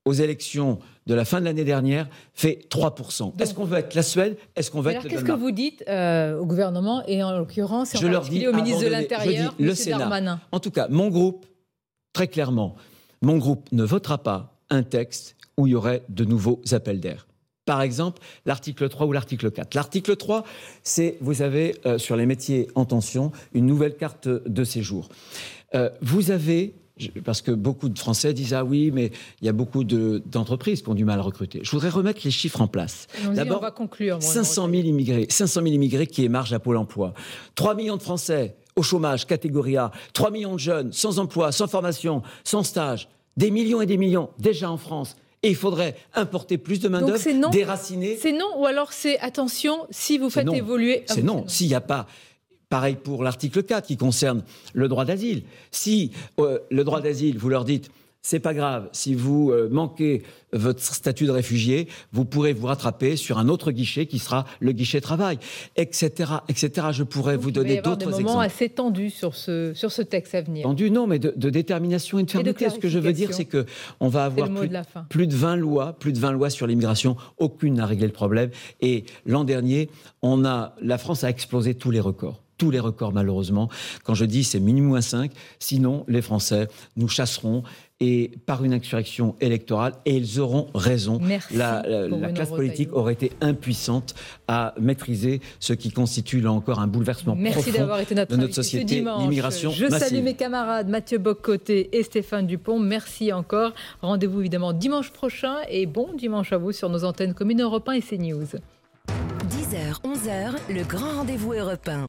aux élections de la fin de l'année dernière fait trois pour cent. Donc, est-ce qu'on veut être la Suède? Est-ce qu'on veut alors, être le qu'est-ce Danemark? que vous dites euh, au gouvernement et en l'occurrence, et en Je leur particulier dis, au ministre de abandonnez- l'Intérieur, je dis, le M. Sénat. Darmanin? En tout cas, mon groupe, très clairement, mon groupe ne votera pas un texte où il y aurait de nouveaux appels d'air. Par exemple, l'article trois ou l'article quatre. L'article trois, c'est, vous avez, euh, sur les métiers en tension, une nouvelle carte de séjour. Euh, vous avez, parce que beaucoup de Français disent « Ah oui, mais il y a beaucoup de, d'entreprises qui ont du mal à recruter ». Je voudrais remettre les chiffres en place. D'abord, on va conclure. cinq cent mille immigrés, cinq cent mille immigrés qui émargent à Pôle emploi. trois millions de Français au chômage, catégorie A. trois millions de jeunes sans emploi, sans formation, sans stage. Des millions et des millions déjà en France. Et il faudrait importer plus de main-d'œuvre, déraciner. C'est non, ou alors c'est attention, si vous faites non. évoluer. C'est ah, non. non. S'il n'y a pas. Pareil pour l'article quatre qui concerne le droit d'asile. Si euh, le droit d'asile, vous leur dites, c'est pas grave, si vous euh, manquez votre statut de réfugié, vous pourrez vous rattraper sur un autre guichet qui sera le guichet travail, et cetera, et cetera. Je pourrais Donc, vous il va y donner avoir d'autres des exemples. moments assez tendus sur ce, sur ce texte à venir. Tendu, non, mais de, de détermination et de fermeté. Ce que je veux dire, c'est que on va avoir le mot plus, de la fin. plus de vingt lois, plus de vingt lois sur l'immigration. Aucune n'a réglé le problème. Et l'an dernier, on a, la France a explosé tous les records. Tous les records, malheureusement. Quand je dis c'est minimum cinq, sinon les Français nous chasseront et par une insurrection électorale, et ils auront raison. Merci la la, la classe politique aurait été impuissante à maîtriser ce qui constitue là encore un bouleversement Merci profond d'avoir été notre de notre invité ce société, dimanche. l'immigration Je massive. salue mes camarades Mathieu Bock-Côté et Stéphane Dupont. Merci encore. Rendez-vous évidemment dimanche prochain et bon dimanche à vous sur nos antennes communes Europe un et CNews. dix heures, onze heures, le grand rendez-vous Europe un.